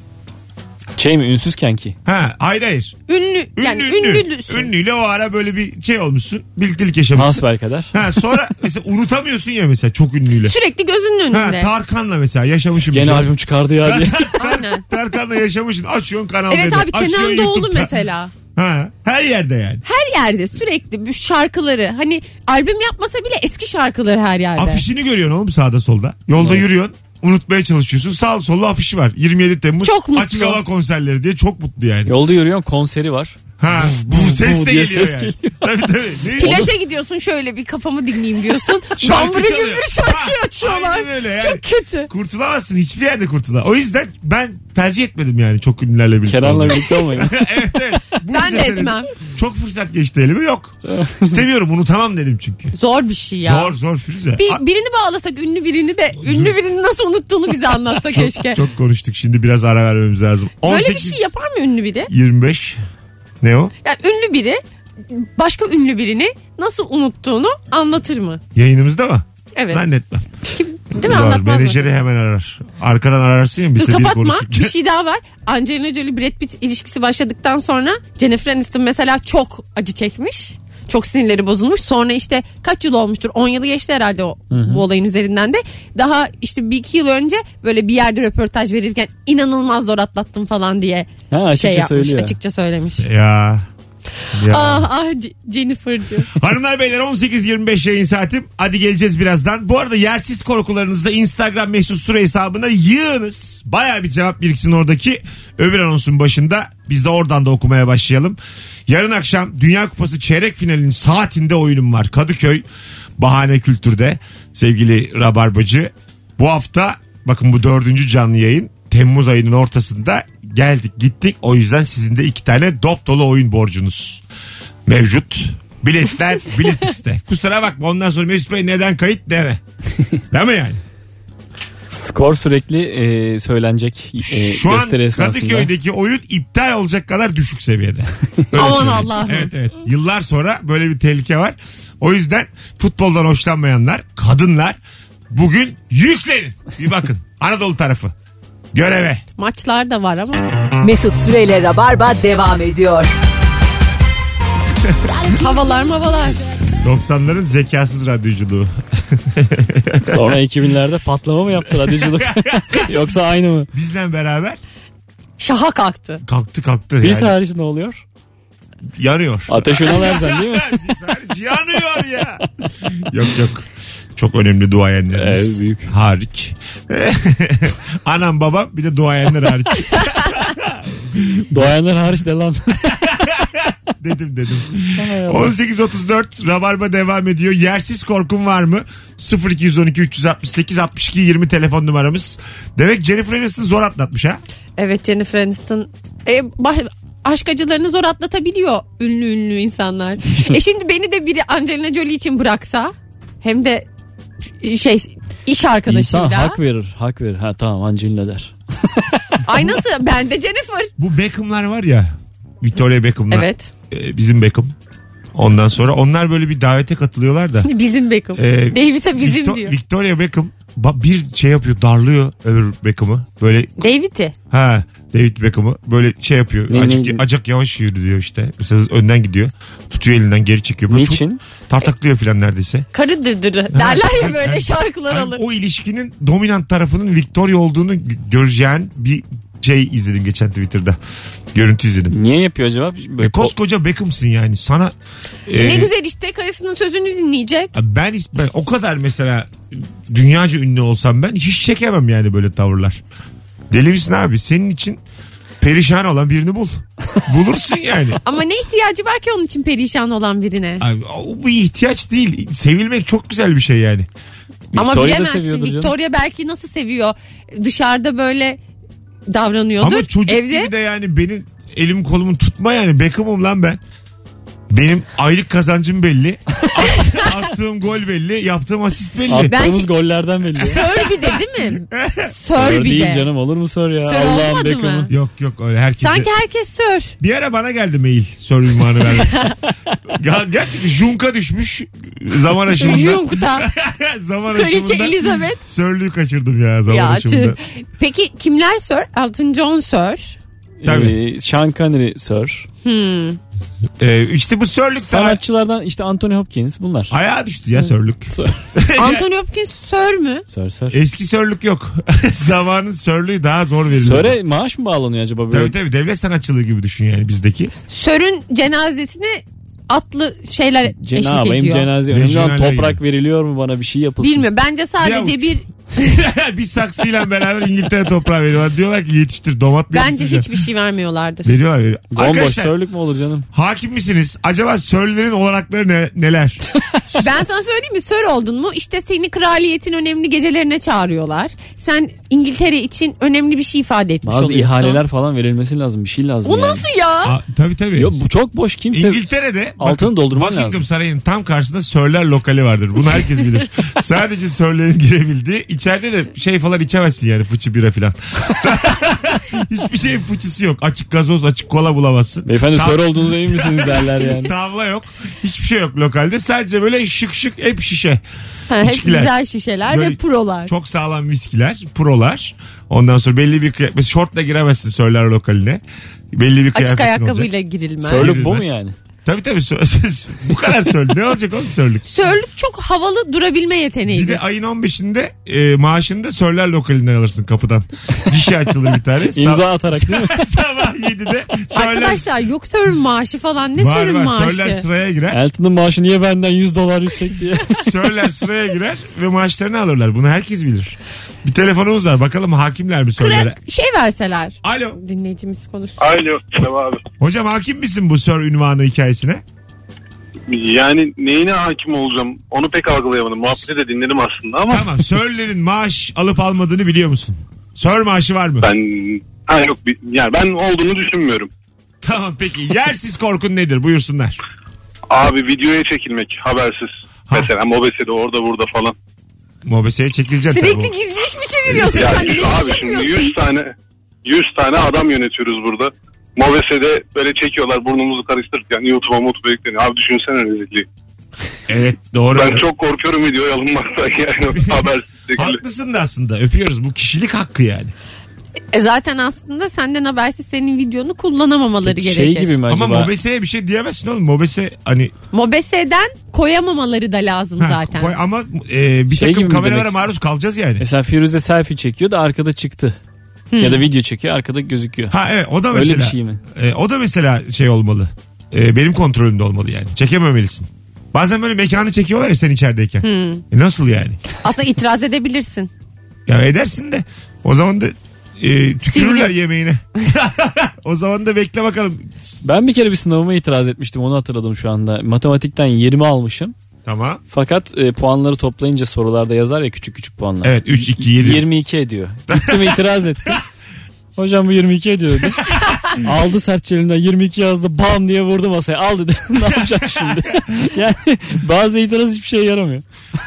Şey mi ünsüzken ki? Ha, hayır hayır. Ünlü, yani ünlü, ünlü. ünlüsün. Ünlüyle o ara böyle bir şey olmuşsun. Birliktelik yaşamışsın. Hasbel kadar. Ha, sonra mesela unutamıyorsun ya mesela çok ünlüyle. Sürekli gözünün Ha, önünde. Tarkan'la mesela yaşamışım. Gene bir şey. albüm çıkardı ya diye. Aynen. Tarkan'la yaşamışsın. Açıyorsun Kanal Evet D'de, abi Kenan açıyorsun Doğulu YouTube'da. mesela. Ha, her yerde yani. Her yerde sürekli bu şarkıları hani albüm yapmasa bile eski şarkıları her yerde. Afişini görüyorsun oğlum sağda solda. Yolda Evet. yürüyorsun. Unutmaya çalışıyorsun. Sağ solda afişi var. yirmi yedi Temmuz Çok mutlu. açık hava konserleri diye çok mutlu yani. Yolda yürüyorsun konseri var. Ha, bu ses bu de diye geliyor ses yani. geliyor. Tabii tabii. Ne? Plaja gidiyorsun şöyle bir kafamı dinleyeyim diyorsun. Şarkı Bambara gibi çalıyor. bir şarkı Ha, açıyorlar. aynen öyle yani. Çok kötü. Kurtulamazsın. Hiçbir yerde kurtulamazsın. O yüzden ben tercih etmedim yani çok ünlülerle birlikte. Kenan'la olmayı. birlikte olmayın. evet evet. Bu Ben yüzden de dedim. etmem. Çok fırsat geçti elime yok. İstemiyorum unutamam dedim çünkü. Zor bir şey ya. Zor zor Firuze. Bir, A- birini bağlasak ünlü birini de ünlü birini nasıl unuttuğunu bize anlatsa keşke. Çok konuştuk şimdi biraz ara vermemiz lazım. on sekiz, Böyle bir şey yapar mı ünlü biri? yirmi beş ne o? Yani ünlü biri başka ünlü birini nasıl unuttuğunu anlatır mı? Yayınımızda mı? Evet. Zannetmem. Kim, değil mi Zor. anlatmaz mı? Menajeri hemen arar. Arkadan ararsın ya biz Dur de bir kapatma. konuşurken. Bir şey daha var. Angelina Jolie Brad Pitt ilişkisi başladıktan sonra Jennifer Aniston mesela çok acı çekmiş. Çok sinirleri bozulmuş. Sonra işte kaç yıl olmuştur? on yılı geçti herhalde o, bu olayın üzerinden de. Daha işte bir iki yıl önce böyle bir yerde röportaj verirken inanılmaz zor atlattım falan diye Ha, açıkça şey yapmış. söylüyor. Açıkça söylemiş. Ya. Ya. Ah ah C- Jennifer'cığım. Hanımlar beyler on sekiz yirmi beş yayın saatim. Hadi geleceğiz birazdan. Bu arada yersiz korkularınızı da Instagram mesut süre hesabına yığınız. Baya bir cevap biriksin oradaki. Öbür anonsun başında biz de oradan da okumaya başlayalım. Yarın akşam Dünya Kupası çeyrek finalinin saatinde oyunum var. Kadıköy Bahane Kültür'de sevgili Rabarbacı. Bu hafta bakın bu dördüncü canlı yayın. Temmuz ayının ortasında geldik gittik. O yüzden sizin de iki tane dop dolu oyun borcunuz mevcut. Biletler Bilet X'te. Kusura bakma ondan sonra Mesut Bey neden kayıt deme. Değil mi yani? Skor sürekli e, söylenecek e, Şu an gösteri esnasında. Kadıköy'deki oyun iptal olacak kadar düşük seviyede. Öyle Aman söyleyeyim. Allah'ım. Evet evet. Yıllar sonra böyle bir tehlike var. O yüzden futboldan hoşlanmayanlar, kadınlar bugün yüklenin. Bir bakın Anadolu tarafı. Göreve. Maçlar da var ama. Mesut Süreyle Rabarba devam ediyor. Havalar mavalar. doksanların zekasız radyoculuğu. Sonra iki binlerde patlama mı yaptı radyoculuk? Yoksa aynı mı? Bizle beraber Şaha kalktı. kalktı kalktı. Biz yani. hariç ne oluyor? Yanıyor. Ateş Ünal Erzen değil mi? Biz hariç yanıyor ya. Yok yok. Çok önemli duayenlerimiz. Evet, büyük. Hariç. Anam babam bir de duayenler hariç. Doğayanlar hariç de lan. dedim dedim. on sekiz otuz dört Rabarba devam ediyor. Yersiz korkun var mı? sıfır iki on iki üç altı sekiz altmış iki yirmi telefon numaramız. Demek Jennifer Aniston zor atlatmış ha? Evet Jennifer Aniston. E, bah- aşk acılarını zor atlatabiliyor ünlü ünlü insanlar. e şimdi beni de biri Angelina Jolie için bıraksa hem de şey iş arkadaşıyla. İnsan hak verir. Hak verir. Ha tamam Angelina der. Ay nasıl? Ben de Jennifer. Bu Beckham'lar var ya. Victoria Beckham'lar. Evet. Ee, bizim Beckham. Ondan sonra onlar böyle bir davete katılıyorlar da. Bizim Beckham. Ee, David'e bizim Victor- diyor. Victoria Beckham ba- bir şey yapıyor, darlıyor öbür Beckham'ı. Böyle David'i. ha David Beckham'ı böyle şey yapıyor. Ne, acık, ne? acık yavaş yürü diyor işte. Mesela önden gidiyor. Tutuyor elinden geri çekiyor. Böyle Niçin? Çok tartaklıyor filan neredeyse. Karı dırdırı. Derler ya böyle Yani- şarkılar Yani alır. o ilişkinin dominant tarafının Victoria olduğunu g- göreceğin bir şey izledim geçen Twitter'da. Görüntü izledim. Niye yapıyor acaba? Böyle E, koskoca Beckham'sın yani. Sana e, Ne güzel işte karısının sözünü dinleyecek. ben, ben o kadar mesela dünyaca ünlü olsam ben hiç çekemem yani böyle tavırlar. Deli misin abi? Senin için perişan olan birini bul. Bulursun yani. Ama ne ihtiyacı var ki onun için perişan olan birine? Abi, o bu ihtiyaç değil. Sevilmek çok güzel bir şey yani. Ama Victoria da bilemezsin. seviyordur canım. Victoria belki nasıl seviyor? Dışarıda böyle davranıyordur. Ama çocuk Evde gibi de yani beni elim kolumu tutma yani. Beckham'ım lan ben. Benim aylık kazancım belli. At- attığım gol belli. Yaptığım asist belli. attığımız Ben- gollerden belli. sör bir de değil mi? Sör Sör bir değil de. canım, olur mu sör ya? Sör Allah'ım olmadı Beckham'ın. mı? Yok yok öyle herkes. Sanki herkes sör. Bir ara bana geldi mail. Sör ünvanı vermek. Ya gerçekten Junka düşmüş. Zaman aşımında. Junk'ta. zaman Kraliçe aşımında. Elizabeth. Sörlüğü kaçırdım ya zaman Ya aşımında. tüh. Peki kimler sör? Elton John sör. Tabii. Ee, Sean Connery sör. Hmm. Ee, işte bu sörlük de Sanatçılardan işte Anthony Hopkins bunlar. ayağa düştü ya sörlük. Sör. Anthony Hopkins sör mü? Sör sör. Eski sörlük yok. Zamanın sörlüğü daha zor veriliyor. Söre maaş mı bağlanıyor acaba böyle? Tabii tabii devlet sanatçılığı gibi düşün yani bizdeki. Sörün cenazesine atlı şeyler Ce- ne eşlik yapayım ediyor. cenaze önemli Regional olan toprak gibi. veriliyor mu bana bir şey yapılsın. Bilmiyorum. Bence sadece avuç. bir Bir saksıyla beraber İngiltere toprağı veriyorlar. Diyorlar ki yetiştir domat mı bence yetiştireceğim? hiçbir şey vermiyorlardır. Veriyorlar veriyor. Bomboş Arkadaşlar sörlük mü olur canım? hakim misiniz? Acaba sörlerin olanakları ne, neler? Ben sana söyleyeyim mi? Sör oldun mu? İşte seni kraliyetin önemli gecelerine çağırıyorlar. Sen İngiltere için önemli bir şey ifade etmiş Bazı oluyorsun. ihaleler falan verilmesi lazım. Bir şey lazım O yani. nasıl ya? Aa, tabii tabii. Yok bu çok boş, kimse İngiltere'de altını bakın, doldurman Buckingham lazım. Sarayı'nın tam karşısında sörler lokali vardır. Bunu herkes bilir. Sadece sörlerin girebildiği. İçeride de şey falan içemezsin yani fıçı bira falan. Hiçbir şeyin fıçısı yok. Açık gazoz, açık kola bulamazsın. Beyefendi Tam- sör olduğunuza emin misiniz derler yani. Tavla yok. Hiçbir şey yok lokalde. Sadece böyle şık şık hep şişe. Ha, hep içkiler. güzel şişeler Böyle ve prolar. Çok sağlam viskiler, prolar. Ondan sonra belli bir kıyafet. Mesela şortla giremezsin sörler lokaline. Belli bir kıyafetin Açık ayakkabıyla olacak. girilmez. Sörlük bu mu Girilmez. yani? Tabii tabii. sö- Bu kadar sörlük. Ne olacak oğlum sörlük? Sörlük çok havalı durabilme Bir yeteneğidir. de ayın on beşinde e, maaşını da sörler lokalinden alırsın kapıdan. Gişe açılır bir tane. İmza atarak değil mi? Sabah yedide sörler, Arkadaşlar yok sörün maaşı falan. Ne var, sörün var, maaşı? sörler sıraya girer. Elton'un maaşı niye benden yüz dolar yüksek diye. Sörler sıraya girer ve maaşlarını alırlar. Bunu herkes bilir. Bir telefonumuz var. Bakalım hakimler mi sörlere? Kırak şey verseler. Alo. Dinleyicimiz konuş. Alo. Merhaba abi. Hocam hakim misin bu sör ünvanı hikayesine? Yani neyine hakim olacağım onu pek algılayamadım. Muhabbeti de dinledim aslında ama Tamam. Sörlerin maaş alıp almadığını biliyor musun? Sör maaşı var mı? ben ha yok bir- yani ben olduğunu düşünmüyorum. Tamam peki. Yersiz korkun nedir? Buyursunlar. Abi videoya çekilmek habersiz. Ha. Mesela Mobese'de orada burada falan. Mobeseye çekileceksin. Sürekli tabii. gizli iş mi çeviriyorsun Ya sen? Niye abi şimdi çekmiyorsun? yüz tane yüz tane adam yönetiyoruz burada. Mobese'de böyle çekiyorlar burnumuzu karıştırırken YouTube'a mutlu yükleniyor. Abi düşünsene rezilliği. Evet doğru. Ben çok korkuyorum videoya alınmaktan yani habersiz şekilde. Haklısın da aslında. Öpüyoruz. Bu kişilik hakkı yani. E zaten aslında senden habersiz senin videonu kullanamamaları Şey gerekir. gibi mi acaba? Ama Mobese'ye bir şey diyemezsin oğlum. Mobese hani Mobese'den koyamamaları da lazım ha, zaten. koy- ama e, bir Şey gibi takım mi kameralara demek maruz kalacağız yani. Mesela Firuze selfie çekiyor da arkada çıktı. Ya da video çekiyor arkada gözüküyor. Ha evet o da Öyle mesela. bir şey mi? e, o da mesela şey olmalı. E, benim kontrolümde olmalı yani. Çekememelisin. Bazen böyle mekanı çekiyorlar ya sen içerideyken. E, nasıl yani? Aslında itiraz edebilirsin. Ya edersin de o zaman da e, tükürürler Sivri. yemeğine. O zaman da bekle bakalım. Ben bir kere bir sınavıma itiraz etmiştim, onu hatırladım şu anda. Matematikten yirmi almışım. Tamam. Fakat e, puanları toplayınca sorularda yazar ya küçük küçük puanlar. Evet üç iki yedi. yirmi iki ediyor. Gittim itiraz ettim. Hocam bu yirmi iki ediyor dedi. Aldı sertçe elimden yirmi iki yazdı, bam diye vurdu masaya. Al dedi. Ne yapacak şimdi? Yani bazı itiraz hiçbir şeye yaramıyor.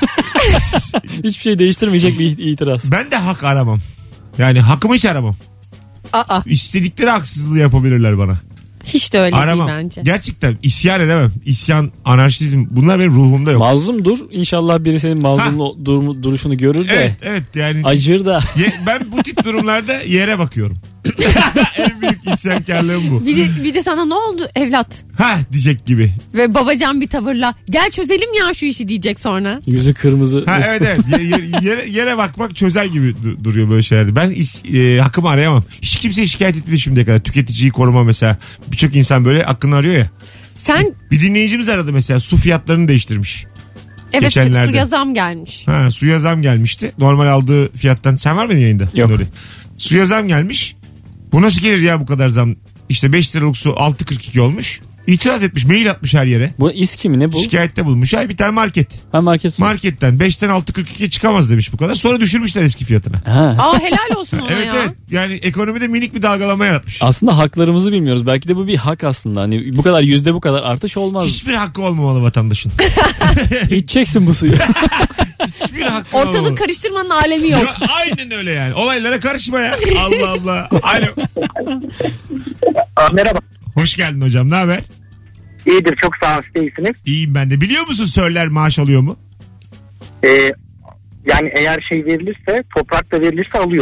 Hiçbir şey değiştirmeyecek bir itiraz. Ben de hak aramam. Yani hakkımı hiç aramam. Aa, İstedikleri haksızlığı yapabilirler bana. hiç de öyle Aramam. değil bence. Gerçekten isyan edemem. İsyan, anarşizm bunlar benim ruhumda yok. Mazlum dur. İnşallah biri senin mazlum durumu, duruşunu görür de Evet evet yani acır da. ye- ben bu tip durumlarda yere bakıyorum. En büyük İsyankarlığım bu. Biri, biri sana ne oldu evlat? Ha diyecek gibi. Ve babacan bir tavırla gel çözelim ya şu işi diyecek sonra. Yüzü kırmızı. Ha evet evet yere, yere, yere bakmak çözer gibi du- duruyor böyle şeylerde. Ben is, e, hakkımı arayamam. Hiç kimseye şikayet etmedi şimdiye kadar. Tüketiciyi koruma mesela. Birçok insan böyle hakkını arıyor ya. Sen Bir dinleyicimiz aradı mesela, su fiyatlarını değiştirmiş. evet Geçenlerde. suya zam gelmiş. Ha, suya zam gelmişti. Normal aldığı fiyattan. Sen var mıydın yayında? Yok. Nuri? Suya zam gelmiş. Bu nasıl gelir ya bu kadar zam? İşte beş liralık su altı kırk iki olmuş. İtiraz etmiş, mail atmış her yere. Bu İSKİ mi ne bu? Şikayette bulunmuş. Ay bir tane market. Ha market su. Marketten beşten altı kırk iki çıkamaz demiş bu kadar. Sonra düşürmüşler eski fiyatına. Ha. Aa helal olsun ona Evet ya. evet. Yani ekonomide minik bir dalgalama yaratmış. Aslında haklarımızı bilmiyoruz. Belki de bu bir hak aslında. Hani bu kadar yüzde bu kadar artış olmaz. Hiçbir hakkı olmamalı vatandaşın. İçeceksin bu suyu. Hiçbir hakkı olmamalı. Ortalık karıştırmanın alemi yok. Ya, aynen öyle yani. Olaylara karışma ya. Allah Allah. Alo. Merhaba. Hoş geldin hocam. Ne haber? İyidir, çok sağ olun, siz iyisiniz. İyiyim ben de. Biliyor musun Sörler maaş alıyor mu? Ee, yani eğer şey verilirse, toprak da verilirse alıyor.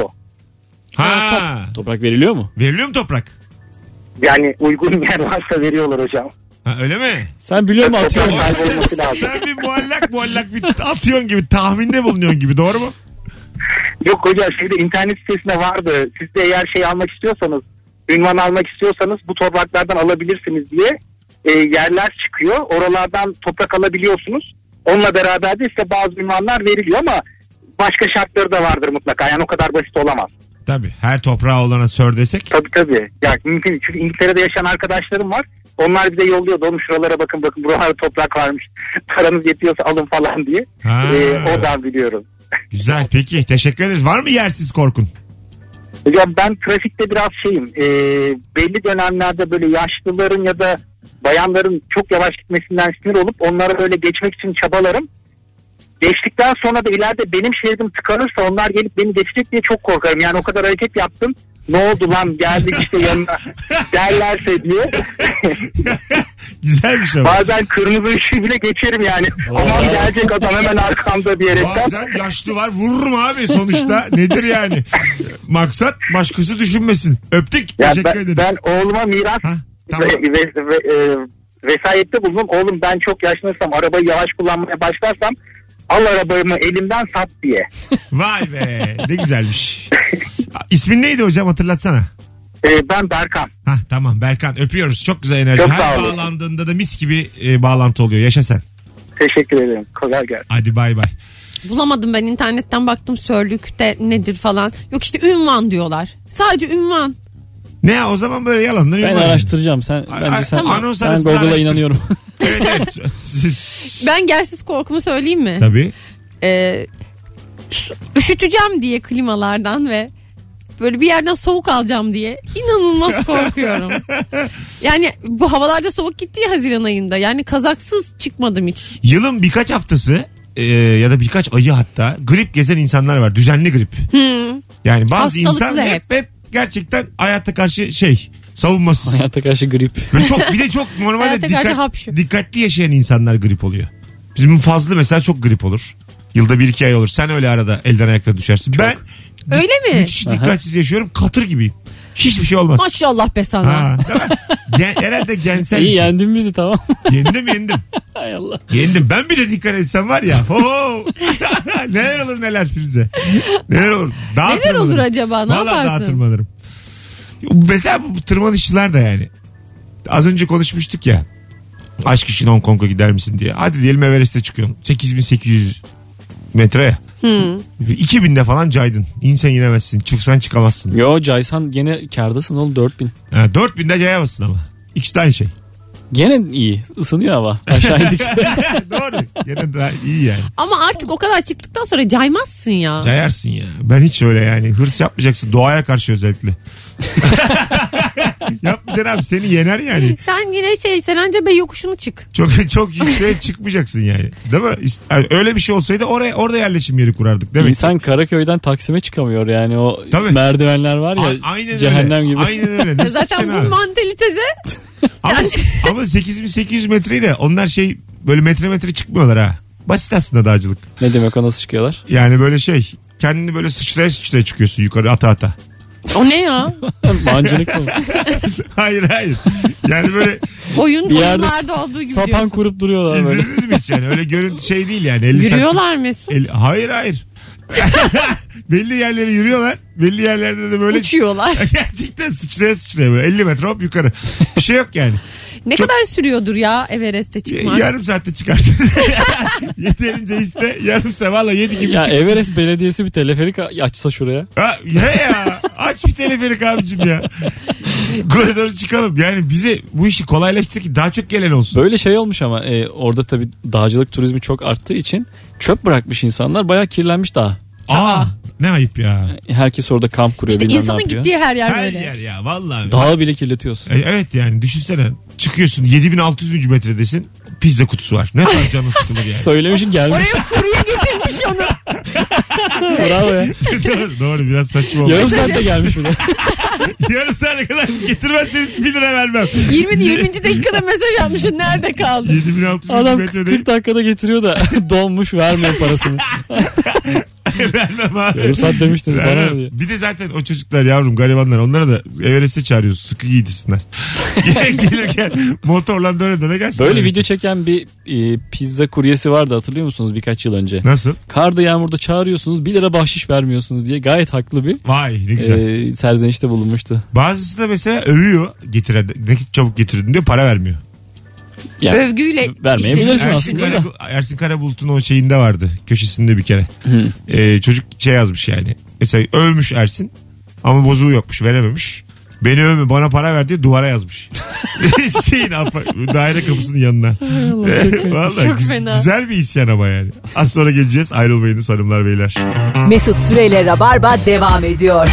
Ha. Toprak veriliyor mu? Veriliyor mu toprak? Yani uygun yer varsa veriyorlar hocam. Ha, öyle mi? Sen biliyor musun atıyor Toprak mu? kaybolması lazım. Sen bir muallak muallak bir atıyorsun gibi, tahminde bulunuyorsun gibi, doğru mu? Yok hocam, şeyde internet sitesinde vardı. Siz de eğer şey almak istiyorsanız, ünvan almak istiyorsanız bu topraklardan alabilirsiniz diye e, yerler çıkıyor. Oralardan toprak alabiliyorsunuz. Onunla beraber de size bazı ünvanlar veriliyor ama başka şartları da vardır mutlaka. Yani o kadar basit olamaz. Tabii. Her toprağı olana sör desek. Tabii tabii. Ya mümkün. Çünkü İngiltere'de yaşayan arkadaşlarım var. Onlar bize yolluyordu. Oğlum şuralara bakın bakın buralarda toprak varmış. Paranız yetiyorsa alın falan diye. Ha. Ee, oradan biliyorum. Güzel. Peki. Teşekkür ederiz. Var mı yersiz korkun? Hocam ben trafikte biraz şeyim. E, belli dönemlerde böyle yaşlıların ya da bayanların çok yavaş gitmesinden sinir olup onlara böyle geçmek için çabalarım. Geçtikten sonra da ileride benim şeridim tıkanırsa onlar gelip beni geçecek diye çok korkarım. Yani o kadar hareket yaptım. Ne oldu lan, geldik işte yanına derlerse diye. Güzelmiş ama. Bazen kırmızı ışığı bile geçerim yani. Aman gelecek adam hemen arkamda diyerekten. Bazen yaşlı var, vururum abi sonuçta. Nedir yani? Maksat başkası düşünmesin. Öptük. Ya Teşekkür ben, ederiz. ben oğluma miras Ha, tamam. ve, ve, ve, e, vesayette bulundum. Oğlum ben çok yaşlanırsam, arabayı yavaş kullanmaya başlarsam al arabamı elimden sat diye. Vay be, ne güzelmiş. İsmin neydi hocam, hatırlatsana. E, ben Berkan. Hah tamam Berkan, öpüyoruz. Çok güzel enerji. Çok Her sağ olun. bağlandığında da mis gibi e, bağlantı oluyor. Yaşa sen. Teşekkür ederim. Kolay gelsin. Hadi bay bay. Bulamadım, ben internetten baktım sörlükte nedir falan. Yok işte ünvan diyorlar. Sadece ünvan. Ne ya, o zaman böyle yalanlar Ben yok. araştıracağım. Sen Ay- bence sen, tamam. Anons ben arasında Google'a araştır. inanıyorum. Evet evet. Ben gersiz korkumu söyleyeyim mi? Tabii. Ee, üşüteceğim diye klimalardan ve böyle bir yerden soğuk alacağım diye inanılmaz korkuyorum. Yani bu havalarda soğuk gitti ya Haziran ayında. Yani kazaksız çıkmadım hiç. Yılın birkaç haftası e, ya da birkaç ayı hatta grip gezen insanlar var. Düzenli grip. Hmm. Yani bazı Hastalıklı insan hep. hep. hep gerçekten hayata karşı şey, savunmasız. Hayata karşı grip. Ve çok, bir de çok normalde Hayata karşı dikkat, hapşu. dikkatli yaşayan insanlar grip oluyor. Bizim Fazlı mesela çok grip olur. Yılda bir iki ay olur. Sen öyle arada elden ayakta düşersin. Ben Öyle mi? müthiş dikkatsiz yaşıyorum. Katır gibiyim. Hiçbir şey olmaz. Maşallah be sana. Ha, değil mi? Gen, herhalde gensel. İyi yendin bizi tamam. Yendim yendim. Hay Allah. Yendim. Ben bir de dikkat etsem var ya. Ho ho. Neler olur neler Firuze. Neler olur. Daha Neler olur acaba? Ne Vallahi daha yaparsın? tırmanırım. Mesela bu, bu tırmanışçılar da yani. Az önce konuşmuştuk ya. Aşk için Hong Kong'a gider misin diye. Hadi diyelim Everest'e çıkıyorsun. sekiz bin sekiz yüz metre ya. Hmm. iki binde falan caydın. İnsen inemezsin. Çıksan çıkamazsın. Yo caysan gene kârdasın oğlum dört bin. Ha, dört binde cayamazsın ama. İkisi de aynı şey. Gene iyi. Isınıyor hava. Aşağı indikçe. Doğru. Gene daha iyi yani. Ama artık o kadar çıktıktan sonra caymazsın ya. Cayarsın ya. Ben hiç öyle yani. Hırs yapmayacaksın. Doğaya karşı özellikle. Yapmayacaksın abi. Seni yener yani. Sen yine şey Selence Bey yokuşunu çık. Çok çok yükseğe çıkmayacaksın yani. Değil mi? İst- yani öyle bir şey olsaydı oraya orada yerleşim yeri kurardık. Demek. İnsan Karaköy'den Taksim'e çıkamıyor yani o Tabii. merdivenler var ya A- aynen cehennem öyle. gibi. Aynen öyle. Nasıl Zaten çıkacaksın bu abi? mantalitede Ama, ama sekiz bin sekiz yüz metreyi de onlar şey böyle metre metre çıkmıyorlar ha. Basit aslında dağcılık. Ne demek o nasıl çıkıyorlar? Yani böyle şey kendini böyle sıçraya sıçraya çıkıyorsun yukarı ata ata. O ne ya? Mancınık mı? Hayır hayır. Yani böyle Oyun Bir yerde oyunlarda olduğu gibi Sapan diyorsun. kurup duruyorlar böyle. izlediniz mi hiç yani? Öyle görüntü şey değil yani. elli Yürüyorlar Mesut. santim- el- hayır hayır. Belli yerlere yürüyorlar. Belli yerlerde de böyle Uçuyorlar. gerçekten sıçraya sıçraya böyle elli metre hop yukarı. Bir şey yok yani. Ne kadar sürüyordur ya Everest'e çıkmak? Yarım saatte çıkarsın. Yeterince iste. Yarım saat valla yedi gibi Ya çık. Everest Belediyesi bir teleferik açsa şuraya. Ha, he ya aç bir teleferik abicim ya. Koridoru çıkalım. Yani bize bu işi kolaylaştır ki daha çok gelen olsun. Böyle şey olmuş ama e, orada tabii dağcılık turizmi çok arttığı için çöp bırakmış insanlar, bayağı kirlenmiş dağ. Aa, ne ayıp ya. Herkes orada kamp kuruyor, İşte bilmem ne insanın yapıyor. gittiği her yer Her böyle. yer ya vallahi. Dağı bile kirletiyorsun. E, evet yani düşünsene çıkıyorsun yedi bin altı yüz. metredesin pizza kutusu var. Ne kadar canın sıkılır yani. Söylemişin gelmiş. Oraya kurye getirmiş onu. Bravo ya. doğru, doğru biraz saçma oldu. Yarım saatte gelmiş bile. Yarım saate kadar getirmezseniz bir lira vermem. yirmi yirminci dakikada mesaj atmışsın, nerede kaldı? yedi bin altı yüz Adam metredeyim. kırk dakikada getiriyor da donmuş, vermiyor parasını. Vermem abi. Yarım saat demiştiniz bana Vermem. ne diye. Bir de zaten o çocuklar yavrum garibanlar onlara da Everest'e çağırıyoruz sıkı giydirsinler. Gelirken motorla döne döne gelsinler. Böyle işte. video çeken bir e, pizza kuryesi vardı, hatırlıyor musunuz birkaç yıl önce? Nasıl? Karda yağmurda çağırıyorsunuz, bir lira bahşiş vermiyorsunuz diye gayet haklı bir Vay ne güzel. e, serzenişte bulunmuştu. Bazısı da mesela övüyor getiren ne çabuk getirdin diyor para vermiyor. Yani, Övgüyle vermeyebilirsin işte- Ersin, aslında Kara, da. Ersin Karabulut'un o şeyinde vardı köşesinde bir kere. Hı. Ee, çocuk şey yazmış yani. Mesela övmüş Ersin ama bozuğu yokmuş verememiş. Beni övme bana para ver diye duvara yazmış. Şeyin daire kapısının yanına. Vallahi Çok güz- fena. güzel bir isyan ama yani. Az sonra geleceğiz, ayrılmayınız hanımlar beyler. Mesut Süreyle Rabarba devam ediyor.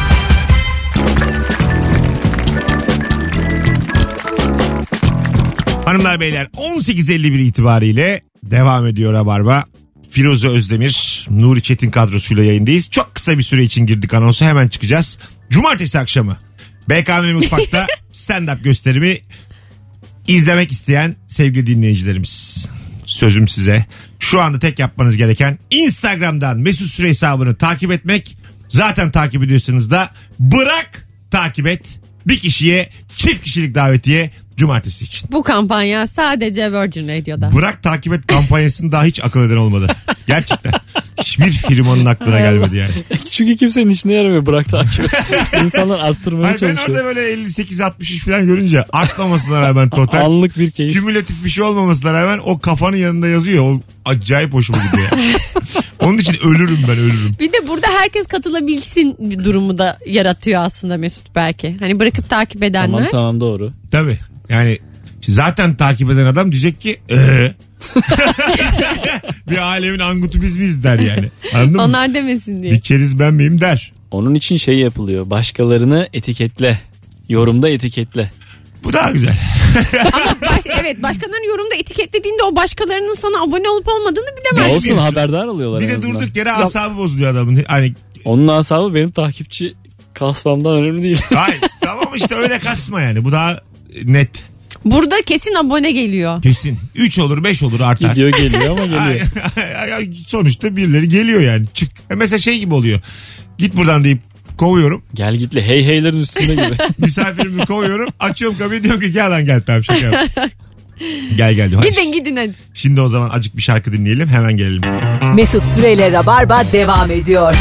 Hanımlar beyler on sekiz elli bir itibariyle devam ediyor Rabarba. Firuze Özdemir, Nuri Çetin kadrosuyla yayındayız. Çok kısa bir süre için girdik anonsa, hemen çıkacağız. Cumartesi akşamı B K M Mutfak'ta stand-up gösterimi izlemek isteyen sevgili dinleyicilerimiz. Sözüm size, şu anda tek yapmanız gereken Instagram'dan Mesut Süre hesabını takip etmek. Zaten takip ediyorsanız da bırak takip et. Bir kişiye çift kişilik davetiye cumartesi için. Bu kampanya sadece Virgin Radio'da. Bırak takip et kampanyasını daha hiç akıl eden olmadı. Gerçekten. Hiçbir firmanın aklına gelmedi yani. Çünkü kimsenin işine yaramıyor, bırak takip. İnsanlar arttırmaya Hayır, ben çalışıyor. orada böyle elli sekiz altmış üç falan görünce artmamasına rağmen total. Anlık bir keyif. Kümülatif bir şey olmamasına rağmen o kafanın yanında yazıyor. O acayip hoşuma gidiyor. Yani. Onun için ölürüm ben ölürüm. Bir de burada herkes katılabilsin bir durumu da yaratıyor aslında Mesut belki. Hani bırakıp takip edenler. Tamam tamam doğru. Tabii. Yani zaten takip eden adam diyecek ki ee? bir alemin angutu biz miyiz der yani. Anladın mı? Onlar demesin diye. Bir keriz ben miyim der. Onun için şey yapılıyor. Başkalarını etiketle. Yorumda etiketle. Bu daha güzel. Ama baş, evet başkalarının yorumda etiketlediğinde o başkalarının sana abone olup olmadığını Ne bilemez. olsun, haberdar oluyorlar Bir en de azından. durduk yere asabı bozuluyor adamın. Hani Onun asabı benim takipçi kasmamdan önemli değil. hayır tamam işte öyle kasma yani. Bu daha net. Burada kesin abone geliyor. Kesin. üç olur beş olur artar. Gidiyor geliyor ama geliyor. Ay, ay, sonuçta birileri geliyor yani. Çık. Mesela şey gibi oluyor. Git buradan deyip kovuyorum. Gel gitle hey heylerin üstünde gibi. Misafirimi kovuyorum. Açıyorum kapıyı diyorum ki gel lan gel tamam şaka yap. Gel gel diyor. Hadi. Gidin gidin hadi. Şimdi o zaman acık bir şarkı dinleyelim hemen gelelim. Mesut Süreyle Rabarba devam ediyor.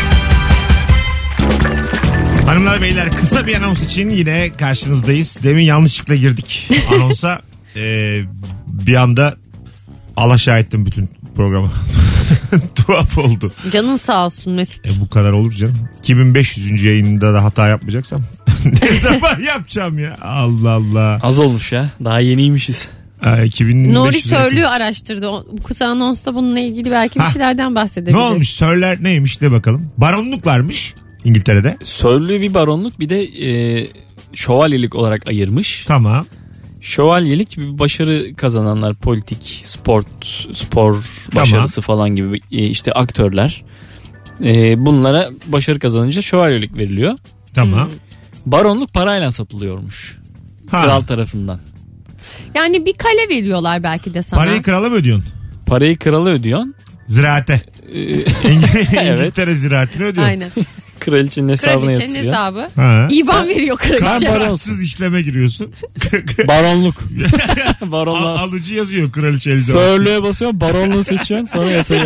Hanımlar beyler kısa bir anons için yine karşınızdayız. Demin yanlışlıkla girdik anonsa. Ee, bir anda alaşağı ettim bütün programı. Tuhaf oldu. Canın sağ olsun Mesut. E, bu kadar olur canım. iki bin beş yüzüncü yayında da hata yapmayacaksam. Ne zaman yapacağım ya? Allah Allah. Az olmuş ya. Daha yeniymişiz. Aa, iki bin beş yüz Nuri Sörlü araştırdı. O- Bu kısa anonsta bununla ilgili belki bir Ha. şeylerden Ne bahsedebilir. olmuş? Sörler neymiş de bakalım. Baronluk varmış İngiltere'de. Sörlü bir baronluk, bir de e, şövalyelik olarak ayırmış. Tamam. Şövalyelik bir başarı kazananlar, politik, sport, spor başarısı falan gibi e, işte aktörler. E, bunlara başarı kazanınca şövalyelik veriliyor. Tamam. Baronluk parayla satılıyormuş. Ha. Kral tarafından. Yani bir kale veriyorlar belki de sana. Parayı krala mı ödüyorsun? Parayı krala ödüyorsun. Ziraate. E, İngiltere Evet. ziraatini ödüyorsun. Aynen. Kraliçenin hesabına Kraliçenin yatırıyor. hesabı. Ha. İban veriyor kraliçe. Karbarsız işleme giriyorsun. Baronluk. Al, Baronluğa. alıcı yazıyor kraliçe elde. Sörlüğe basıyorsun, baronluğu seçiyorsun, sonra yatırıyor.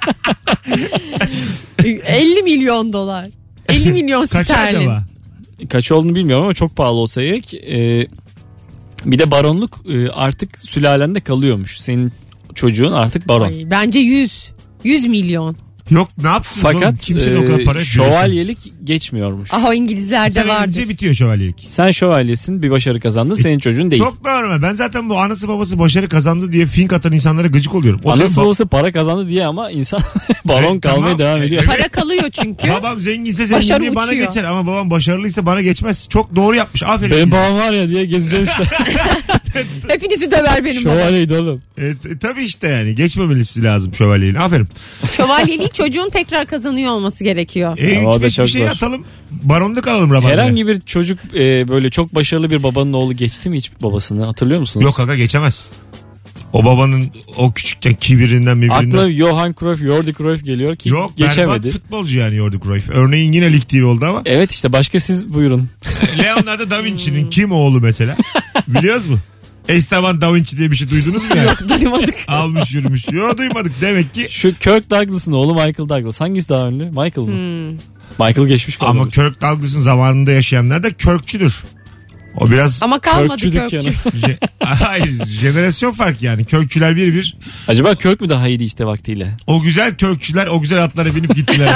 elli milyon dolar. elli milyon Kaç sterlin. acaba? Kaç olduğunu bilmiyorum ama çok pahalı olsa gerek. Ee, bir de baronluk e, artık sülalende kalıyormuş. Senin çocuğun artık baron. Ay, bence yüz. yüz milyon. Yok ne yaptınız oğlum? Fakat Kimsenin o kadar e, para şövalyelik geçmiyormuş. Ah o İngilizlerde Sen vardır. önce bitiyor şövalyelik. Sen şövalyesin, bir başarı kazandın, senin çocuğun değil. Çok normal. Ben zaten bu anası babası başarı kazandı diye fink atan insanlara gıcık oluyorum. O Anası senin ba- babası para kazandı diye ama insan baron Evet, kalmaya tamam. devam ediyor. Evet. Para kalıyor çünkü. Babam zenginse Başarı zenginliği bana uçuyor. geçer ama babam başarılıysa bana geçmez. Çok doğru yapmış. Aferin. Benim babam var ya diye gezeceksin işte. Hepinizi döver benim babam. Şövalyeydi oğlum. E, t- tabii işte yani geçmemesi lazım şövalyeliğin. Aferin. Şövalyeliği çocuğun tekrar kazanıyor olması gerekiyor. E, Ya, o üç da beş çok bir şey zor. atalım. Baronluk alalım Rabar'da. Herhangi bir çocuk e, böyle çok başarılı bir babanın oğlu geçti mi hiç babasını, hatırlıyor musunuz? Yok aga geçemez. O babanın o küçükken kibirinden birbirinden. Aklıma Johan Cruyff, Jordi Cruyff geliyor ki Yok berbat geçemedi. futbolcu yani Jordi Cruyff. Örneğin yine Lig T V oldu ama. Evet işte başka siz buyurun. Leonardo da Vinci'nin kim oğlu mesela? Biliyoruz mu? Esteban da Vinci diye bir şey duydunuz mu yani? Yok duymadık. Almış yürümüş. Yok duymadık. Demek ki Şu Kirk Douglas'ın oğlu Michael Douglas. Hangisi daha ünlü? Michael mı? Hmm. Michael geçmiş kaldı. ama Kirk Douglas'ın zamanında yaşayanlar da Kirkçüdür. O biraz Ama kalmadı Kirkçü Kirkçü. dükkanı. Je- hayır jenerasyon fark yani. Kirkçüler bir bir. Acaba Kirk mü daha iyiydi işte vaktiyle? O güzel Kirkçüler o güzel atlara binip gittiler.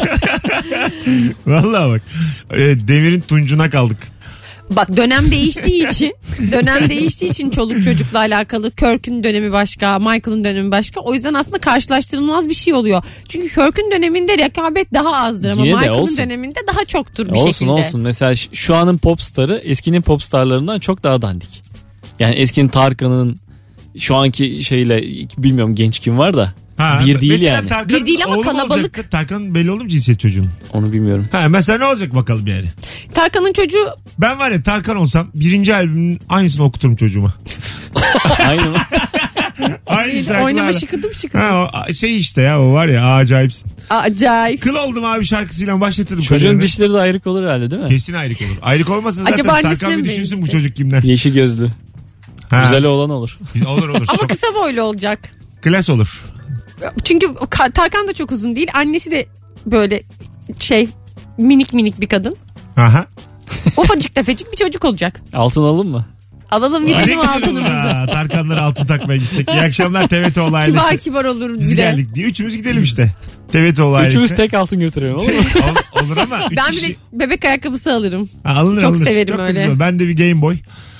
Vallahi bak. E, demirin tuncuna kaldık. Bak dönem değiştiği için dönem değiştiği için çoluk çocukla alakalı Kirk'ün dönemi başka, Michael'ın dönemi başka. O yüzden aslında karşılaştırılmaz bir şey oluyor. Çünkü Kirk'ün döneminde rekabet daha azdır ama Yine de Michael'ın olsun. döneminde daha çoktur bir olsun şekilde. olsun. Mesela ş- şu anın popstarı eskinin popstarlarından çok daha dandik. Yani eskinin Tarkan'ın şu anki şeyle bilmiyorum genç kim var da Ha, bir değil mesela yani. Tarkan'ın Bir değil ama oğlu mu kalabalık. olacaktı? Tarkan'ın belli oldu mu cinsiyet çocuğun? Onu bilmiyorum. Ha, mesela ne olacak bakalım yani. Tarkan'ın çocuğu Ben var ya Tarkan olsam birinci albümün aynısını okuturum çocuğuma. Aynı mı? Aynı şarkılarla. oynama şıkıdım şıkıdım. Ha, o şey işte ya o var ya acayipsin. Acayip. Kıl oldum abi şarkısıyla başlatırım. Çocuğun kariyerine. dişleri de ayrık olur herhalde değil mi? Kesin ayrık olur. Ayrık olmasa zaten Acaba annesine Tarkan bir mi düşünsün bu benziyor? çocuk kimden. Yeşil gözlü. Ha, Güzel oğlan olur. olur olur. Ama Çok kısa boylu olacak. klas olur. Çünkü Ka- Tarkan da çok uzun değil. Annesi de böyle şey minik minik bir kadın. Aha. Ufacık tefecik bir çocuk olacak. Altın alın mı? Alalım Ne gidelim güzel olur altınımızı. ha. Tarkanlara altın takmaya gitsek. İyi akşamlar T V T oğlu ailesi. Kibar kibar olur Biz bir de. geldik diye. Üçümüz gidelim işte. T V T oğlu ailesi. Üçümüz tek altın götürelim olur mu? Ol- olur ama. Üç Ben kişi... bile bebek ayakkabısı alırım. Ha, alınır, Çok alınır. severim Çok da öyle. güzel. Ben de bir Game Boy.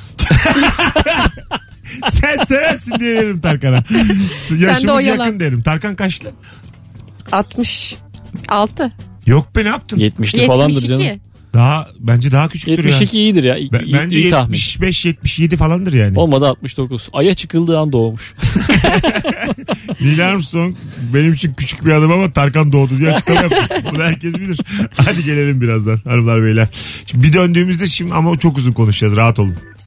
Sen seversin diye derim Tarkan'a. Yaşımız oyalan. yakın derim. Tarkan kaçlı? altmış altı. Yok be ne yaptın? yetmişli falandır yetmiş iki. canım. Daha bence daha küçüktür yetmiş iki ya. iyidir ya. İyi, Ben- iyi- bence iyi tahmin. yetmiş beş yetmiş yedi falandır yani. Olmadı altmış dokuz. Ay'a çıkıldığı an doğmuş. Neil Armstrong benim için küçük bir adım ama Tarkan doğdu diye açıklama yaptı. Bunu herkes bilir. Hadi gelelim birazdan hanımlar beyler. Şimdi bir döndüğümüzde şimdi ama çok uzun konuşacağız rahat olun.